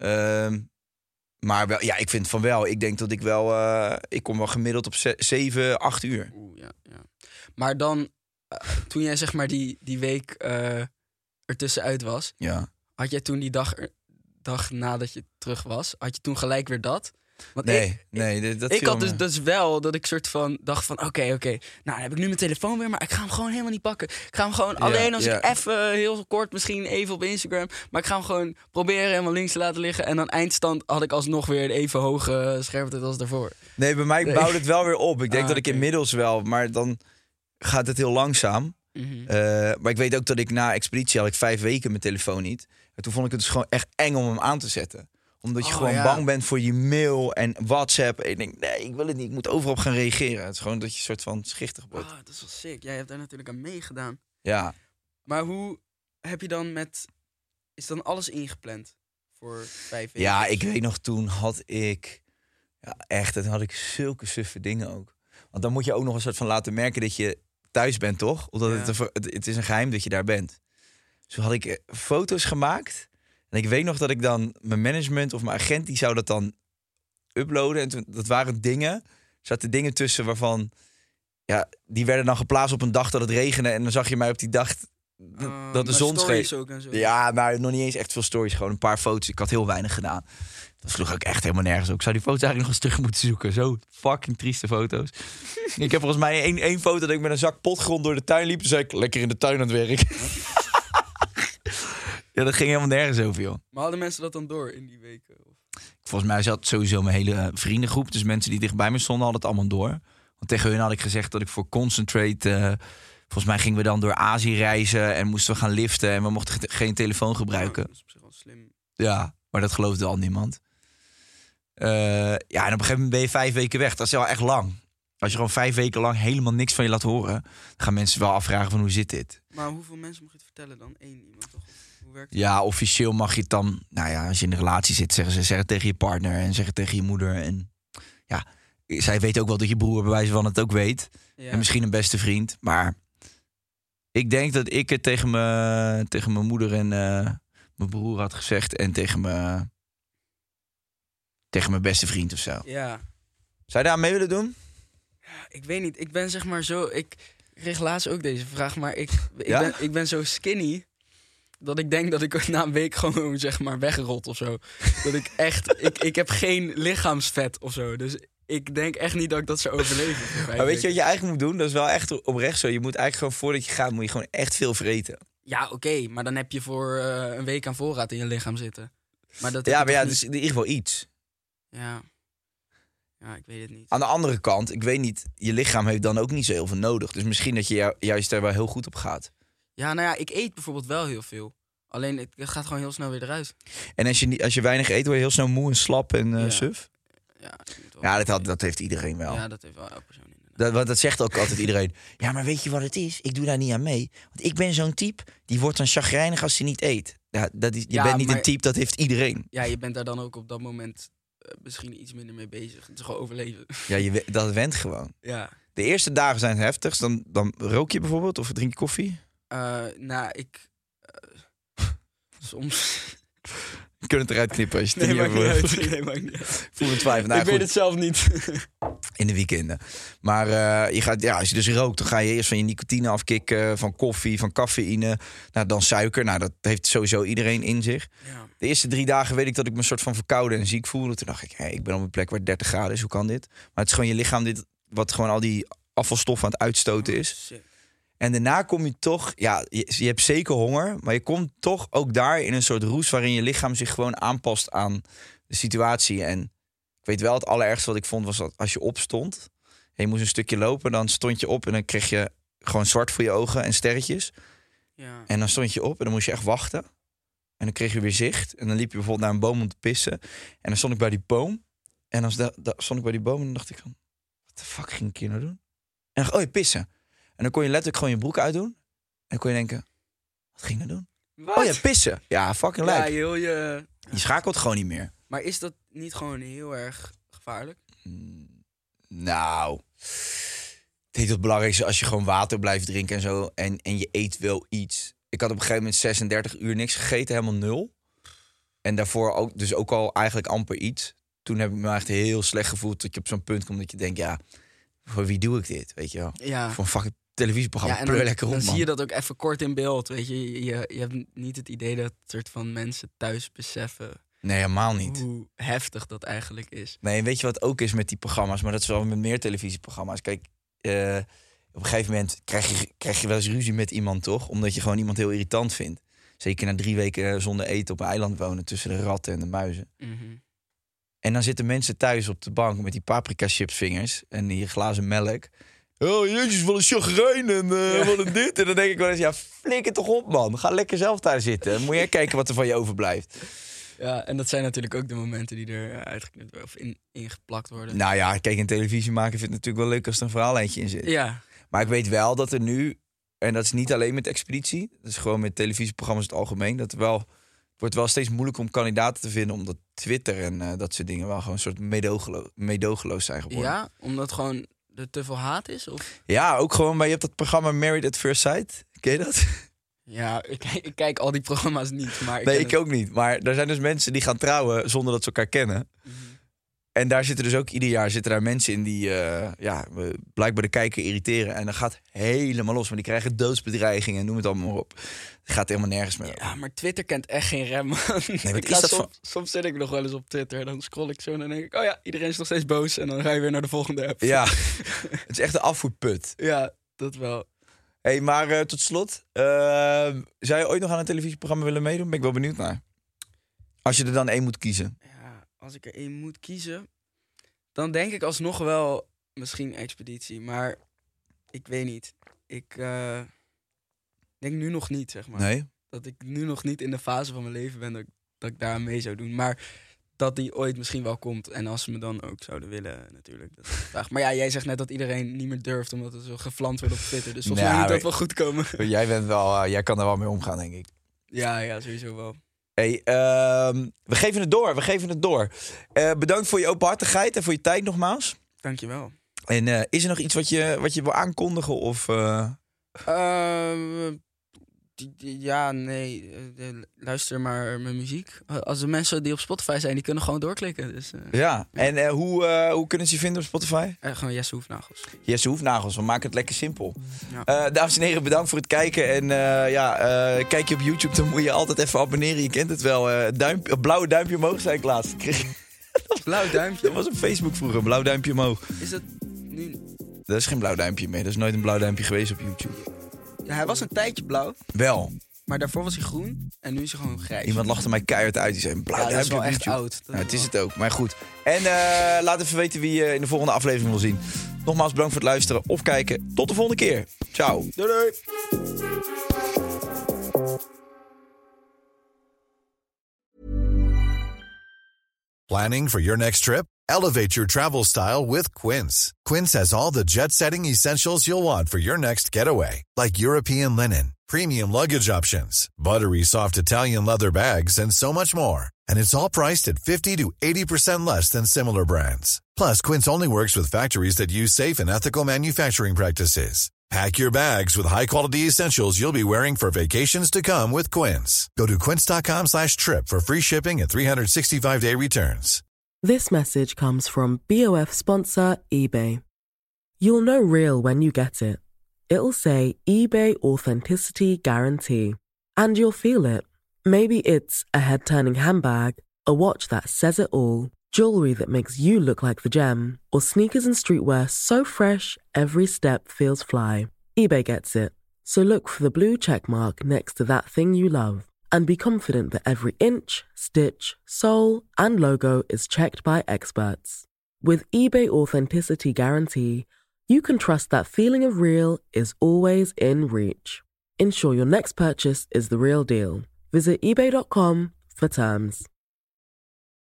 Maar wel, ja, ik vind van wel. Ik denk dat ik wel... ik kom wel gemiddeld op 7, 8 uur. Oeh, ja. Maar dan, toen jij zeg maar die week ertussenuit was... Ja. Had jij toen die dag nadat je terug was... had je toen gelijk weer dat? Want ik had dus wel dat ik soort van dacht van... Oké, nou dan heb ik nu mijn telefoon weer... maar ik ga hem gewoon helemaal niet pakken. Ik ga hem gewoon alleen als ik even heel kort... misschien even op Instagram... maar ik ga hem gewoon proberen helemaal links te laten liggen... en dan eindstand had ik alsnog weer een even hoge schermtijd als daarvoor. Nee, bij mij bouwt het wel weer op. Ik denk dat ik inmiddels wel... maar dan gaat het heel langzaam. Maar ik weet ook dat ik na Expeditie had ik 5 weken mijn telefoon niet. En toen vond ik het dus gewoon echt eng om hem aan te zetten. Omdat je gewoon bang bent voor je mail en WhatsApp. En ik denk, nee, ik wil het niet. Ik moet overal op gaan reageren. Het is gewoon dat je een soort van schichtig wordt. Dat is wel sick. Jij hebt daar natuurlijk aan meegedaan. Ja. Maar hoe heb je dan is dan alles ingepland voor 5 weken? Ja, ik weet nog, toen had ik... Ja, echt, dan had ik zulke suffe dingen ook. Want dan moet je ook nog een soort van laten merken dat je thuis bent, toch? Omdat het is een geheim dat je daar bent. Zo had ik foto's gemaakt... En ik weet nog dat ik dan mijn management of mijn agent... die zou dat dan uploaden. En toen, dat waren dingen... Er zaten dingen tussen waarvan... Ja, die werden dan geplaatst op een dag dat het regende. En dan zag je mij op die dag dat de zon scheen. Ja, maar nog niet eens echt veel stories. Gewoon een paar foto's. Ik had heel weinig gedaan. Dat sloeg ook echt helemaal nergens op. Ik zou die foto's eigenlijk nog eens terug moeten zoeken. Zo fucking trieste foto's. Ik heb volgens mij één foto dat ik met een zak potgrond door de tuin liep. Dus zei ik lekker in de tuin aan het werk. Ja, dat ging helemaal nergens over, joh. Maar hadden mensen dat dan door in die weken? Of? Volgens mij zat sowieso mijn hele vriendengroep. Dus mensen die dichtbij me stonden, hadden het allemaal door. Want tegen hun had ik gezegd dat ik voor Concentrate... volgens mij gingen we dan door Azië reizen en moesten we gaan liften. En we mochten geen telefoon gebruiken. Dat is op zich wel slim. Ja, maar dat geloofde al niemand. En op een gegeven moment ben je 5 weken weg. Dat is wel echt lang. Als je gewoon 5 weken lang helemaal niks van je laat horen... dan gaan mensen wel afvragen van hoe zit dit? Maar hoeveel mensen mag je het vertellen dan? 1 iemand toch? Hoe werkt het? Ja, officieel mag je het dan... Nou ja, als je in een relatie zit, zeggen het tegen je partner... en zeggen tegen je moeder. En ja, zij weet ook wel dat je broer bij wijze van het ook weet. Ja. En misschien een beste vriend. Maar ik denk dat ik het tegen mijn moeder en mijn broer had gezegd... en tegen mijn beste vriend of zo. Ja. Zou je daar aan mee willen doen? Ik weet niet. Ik ben zeg maar zo... Ik kreeg laatst ook deze vraag, maar ik ben zo skinny... dat ik denk dat ik na een week gewoon zeg maar weggerot of zo. Dat ik echt... ik heb geen lichaamsvet of zo. Dus ik denk echt niet dat ik dat zou overleven. Maar weet je wat je eigenlijk moet doen? Dat is wel echt oprecht zo. Je moet eigenlijk gewoon voordat je gaat... moet je gewoon echt veel vreten. Ja, oké. Maar dan heb je voor een week aan voorraad in je lichaam zitten. Maar dat het is in ieder geval iets. Ja, ik weet het niet. Aan de andere kant, ik weet niet... je lichaam heeft dan ook niet zo heel veel nodig. Dus misschien dat je juist daar wel heel goed op gaat. Ja, nou ja, ik eet bijvoorbeeld wel heel veel. Alleen, het gaat gewoon heel snel weer eruit. En als je weinig eet, word je heel snel moe en slap en suf? Ja, dat heeft iedereen wel. Ja, dat heeft wel elke persoon. Dat zegt ook altijd iedereen. Ja, maar weet je wat het is? Ik doe daar niet aan mee. Want ik ben zo'n type, die wordt dan chagrijnig als hij niet eet. Ja, je bent niet een type, dat heeft iedereen. Ja, je bent daar dan ook op dat moment misschien iets minder mee bezig. Het is gewoon overleven. Ja, dat went gewoon. Ja. De eerste dagen zijn het heftigst. Dan rook je bijvoorbeeld of drink je koffie? Soms... Je kunt het eruit knippen als je het niet hebt. Ik voel me twijfel. Nou, ik weet het zelf niet. In de weekenden. Maar als je dus rookt, dan ga je eerst van je nicotine afkicken, van koffie, van cafeïne. Nou, dan suiker. Nou, dat heeft sowieso iedereen in zich. Ja. De eerste 3 dagen weet ik dat ik me een soort van verkouden en ziek voelde. Toen dacht ik, ik ben op een plek waar het 30 graden is. Hoe kan dit? Maar het is gewoon je lichaam wat gewoon al die afvalstoffen aan het uitstoten is. Sick. En daarna kom je toch... Ja, je hebt zeker honger. Maar je komt toch ook daar in een soort roes... waarin je lichaam zich gewoon aanpast aan de situatie. En ik weet wel, het allerergste wat ik vond... was dat als je opstond... en je moest een stukje lopen, dan stond je op... en dan kreeg je gewoon zwart voor je ogen en sterretjes. Ja. En dan stond je op en dan moest je echt wachten. En dan kreeg je weer zicht. En dan liep je bijvoorbeeld naar een boom om te pissen. En dan stond ik bij die boom. En dan stond ik bij die boom en dan dacht ik van... wat de fuck ging ik hier nou doen? En dan dacht ik, je pissen. En dan kon je letterlijk gewoon je broek uitdoen. En dan kon je denken, wat ging ik nou doen? Wat? Oh ja, pissen. Ja, fucking Ja, lijp. heel je... Je schakelt gewoon niet meer. Maar is dat niet gewoon heel erg gevaarlijk? Nou, ik denk dat het belangrijkste is als je gewoon water blijft drinken en zo. En je eet wel iets. Ik had op een gegeven moment 36 uur niks gegeten, helemaal 0. En daarvoor ook, dus ook al eigenlijk amper iets. Toen heb ik me echt heel slecht gevoeld dat je op zo'n punt komt dat je denkt, ja, voor wie doe ik dit? Weet je wel? Ja. Voor een fucking televisieprogramma. Ja, en dan, lekker dan rond, man. zie je dat ook even kort in beeld. Weet je hebt niet het idee dat soort van mensen thuis beseffen... Nee, helemaal niet. hoe heftig dat eigenlijk is. Nee, en weet je wat ook is met die programma's? Maar dat is wel met meer televisieprogramma's. Kijk, op een gegeven moment krijg je wel eens ruzie met iemand, toch? Omdat je gewoon iemand heel irritant vindt. Zeker na 3 weken zonder eten op een eiland wonen... tussen de ratten en de muizen. Mm-hmm. En dan zitten mensen thuis op de bank met die paprika chipsvingers... en die glazen melk. Oh, jezus, wat een chagrijn en wat een dit. En dan denk ik wel eens, ja, flikker toch op, man. Ga lekker zelf daar zitten. Moet je kijken wat er van je overblijft. Ja, en dat zijn natuurlijk ook de momenten die er uitgeknipt worden of ingeplakt worden. Nou ja, kijk, een televisie maken vind ik natuurlijk wel leuk als er een verhaaleintje in zit. Ja. Maar ik weet wel dat er nu, en dat is niet alleen met Expeditie... dat is gewoon met televisieprogramma's in het algemeen... dat het wordt wel steeds moeilijker om kandidaten te vinden... omdat Twitter en dat soort dingen wel gewoon een soort meedogenloos zijn geworden. Ja, omdat gewoon er te veel haat is? Of? Ja, ook gewoon, maar je hebt dat programma Married at First Sight. Ken je dat? Ja, ik kijk al die programma's niet. Maar Nee, ik ook niet. Maar er zijn dus mensen die gaan trouwen zonder dat ze elkaar kennen. Mm-hmm. En daar zitten dus ook ieder jaar daar mensen in die blijkbaar de kijker irriteren. En dat gaat helemaal los. Maar die krijgen doodsbedreigingen, noem het allemaal maar op. Het gaat helemaal nergens meer. Ja, maar Twitter kent echt geen rem, man. Soms zit ik nog wel eens op Twitter. Dan scroll ik zo en dan denk ik... oh ja, iedereen is nog steeds boos. En dan ga je weer naar de volgende app. Ja, het is echt een afvoerput. Ja, dat wel. Hey, maar tot slot. Zou je ooit nog aan een televisieprogramma willen meedoen? Ben ik wel benieuwd naar. Als je er dan 1 moet kiezen. Ja, als ik er 1 moet kiezen... dan denk ik alsnog wel misschien Expeditie. Maar ik weet niet. Ik denk nu nog niet, zeg maar. Nee? Dat ik nu nog niet in de fase van mijn leven ben dat ik daar aan mee zou doen. Maar dat die ooit misschien wel komt. En als ze me dan ook zouden willen, natuurlijk. Dat is de vraag. Maar ja, jij zegt net dat iedereen niet meer durft... omdat het zo gevlamd wordt op Twitter. Dus volgens mij moet dat wel goed komen. Jij kan er wel mee omgaan, denk ik. Ja, sowieso wel. Hey, we geven het door. Bedankt voor je openhartigheid en voor je tijd nogmaals. Dankjewel. En is er nog iets wat je wil aankondigen? Of, Ja, nee. Luister maar mijn muziek. Als de mensen die op Spotify zijn, die kunnen gewoon doorklikken. Dus, Ja, en hoe kunnen ze je vinden op Spotify? gewoon Jesse Hoefnagels. Jesse Hoefnagels, we maken het lekker simpel. Ja. Dames en heren, bedankt voor het kijken. En kijk je op YouTube, dan moet je altijd even abonneren. Je kent het wel. Blauwe duimpje omhoog, zei ik laatst. Blauw duimpje? Dat was op Facebook vroeger, blauw duimpje omhoog. Is dat nu? Dat is geen blauw duimpje meer. Dat is nooit een blauw duimpje geweest op YouTube. Ja, hij was een tijdje blauw. Wel. Maar daarvoor was hij groen en nu is hij gewoon grijs. Iemand lachte mij keihard uit. Die zei, blauw dat is duimpje wel op echt YouTube. oud. Ja, het is het ook, maar goed. En laat even weten wie je in de volgende aflevering wil zien. Nogmaals bedankt voor het luisteren of kijken. Tot de volgende keer. Ciao. Doei doei. Planning for your next trip? Elevate your travel style with Quince. Quince has all the jet-setting essentials you'll want for your next getaway, like European linen, premium luggage options, buttery soft Italian leather bags, and so much more. And it's all priced at 50 to 80% less than similar brands. Plus, Quince only works with factories that use safe and ethical manufacturing practices. Pack your bags with high-quality essentials you'll be wearing for vacations to come with Quince. Go to quince.com/trip for free shipping and 365-day returns. This message comes from BOF sponsor eBay. You'll know real when you get it. It'll say eBay Authenticity Guarantee. And you'll feel it. Maybe it's a head-turning handbag, a watch that says it all, jewelry that makes you look like the gem, or sneakers and streetwear so fresh every step feels fly. eBay gets it. So look for the blue check mark next to that thing you love and be confident that every inch, stitch, sole, and logo is checked by experts. With eBay Authenticity Guarantee, you can trust that feeling of real is always in reach. Ensure your next purchase is the real deal. Visit ebay.com for terms.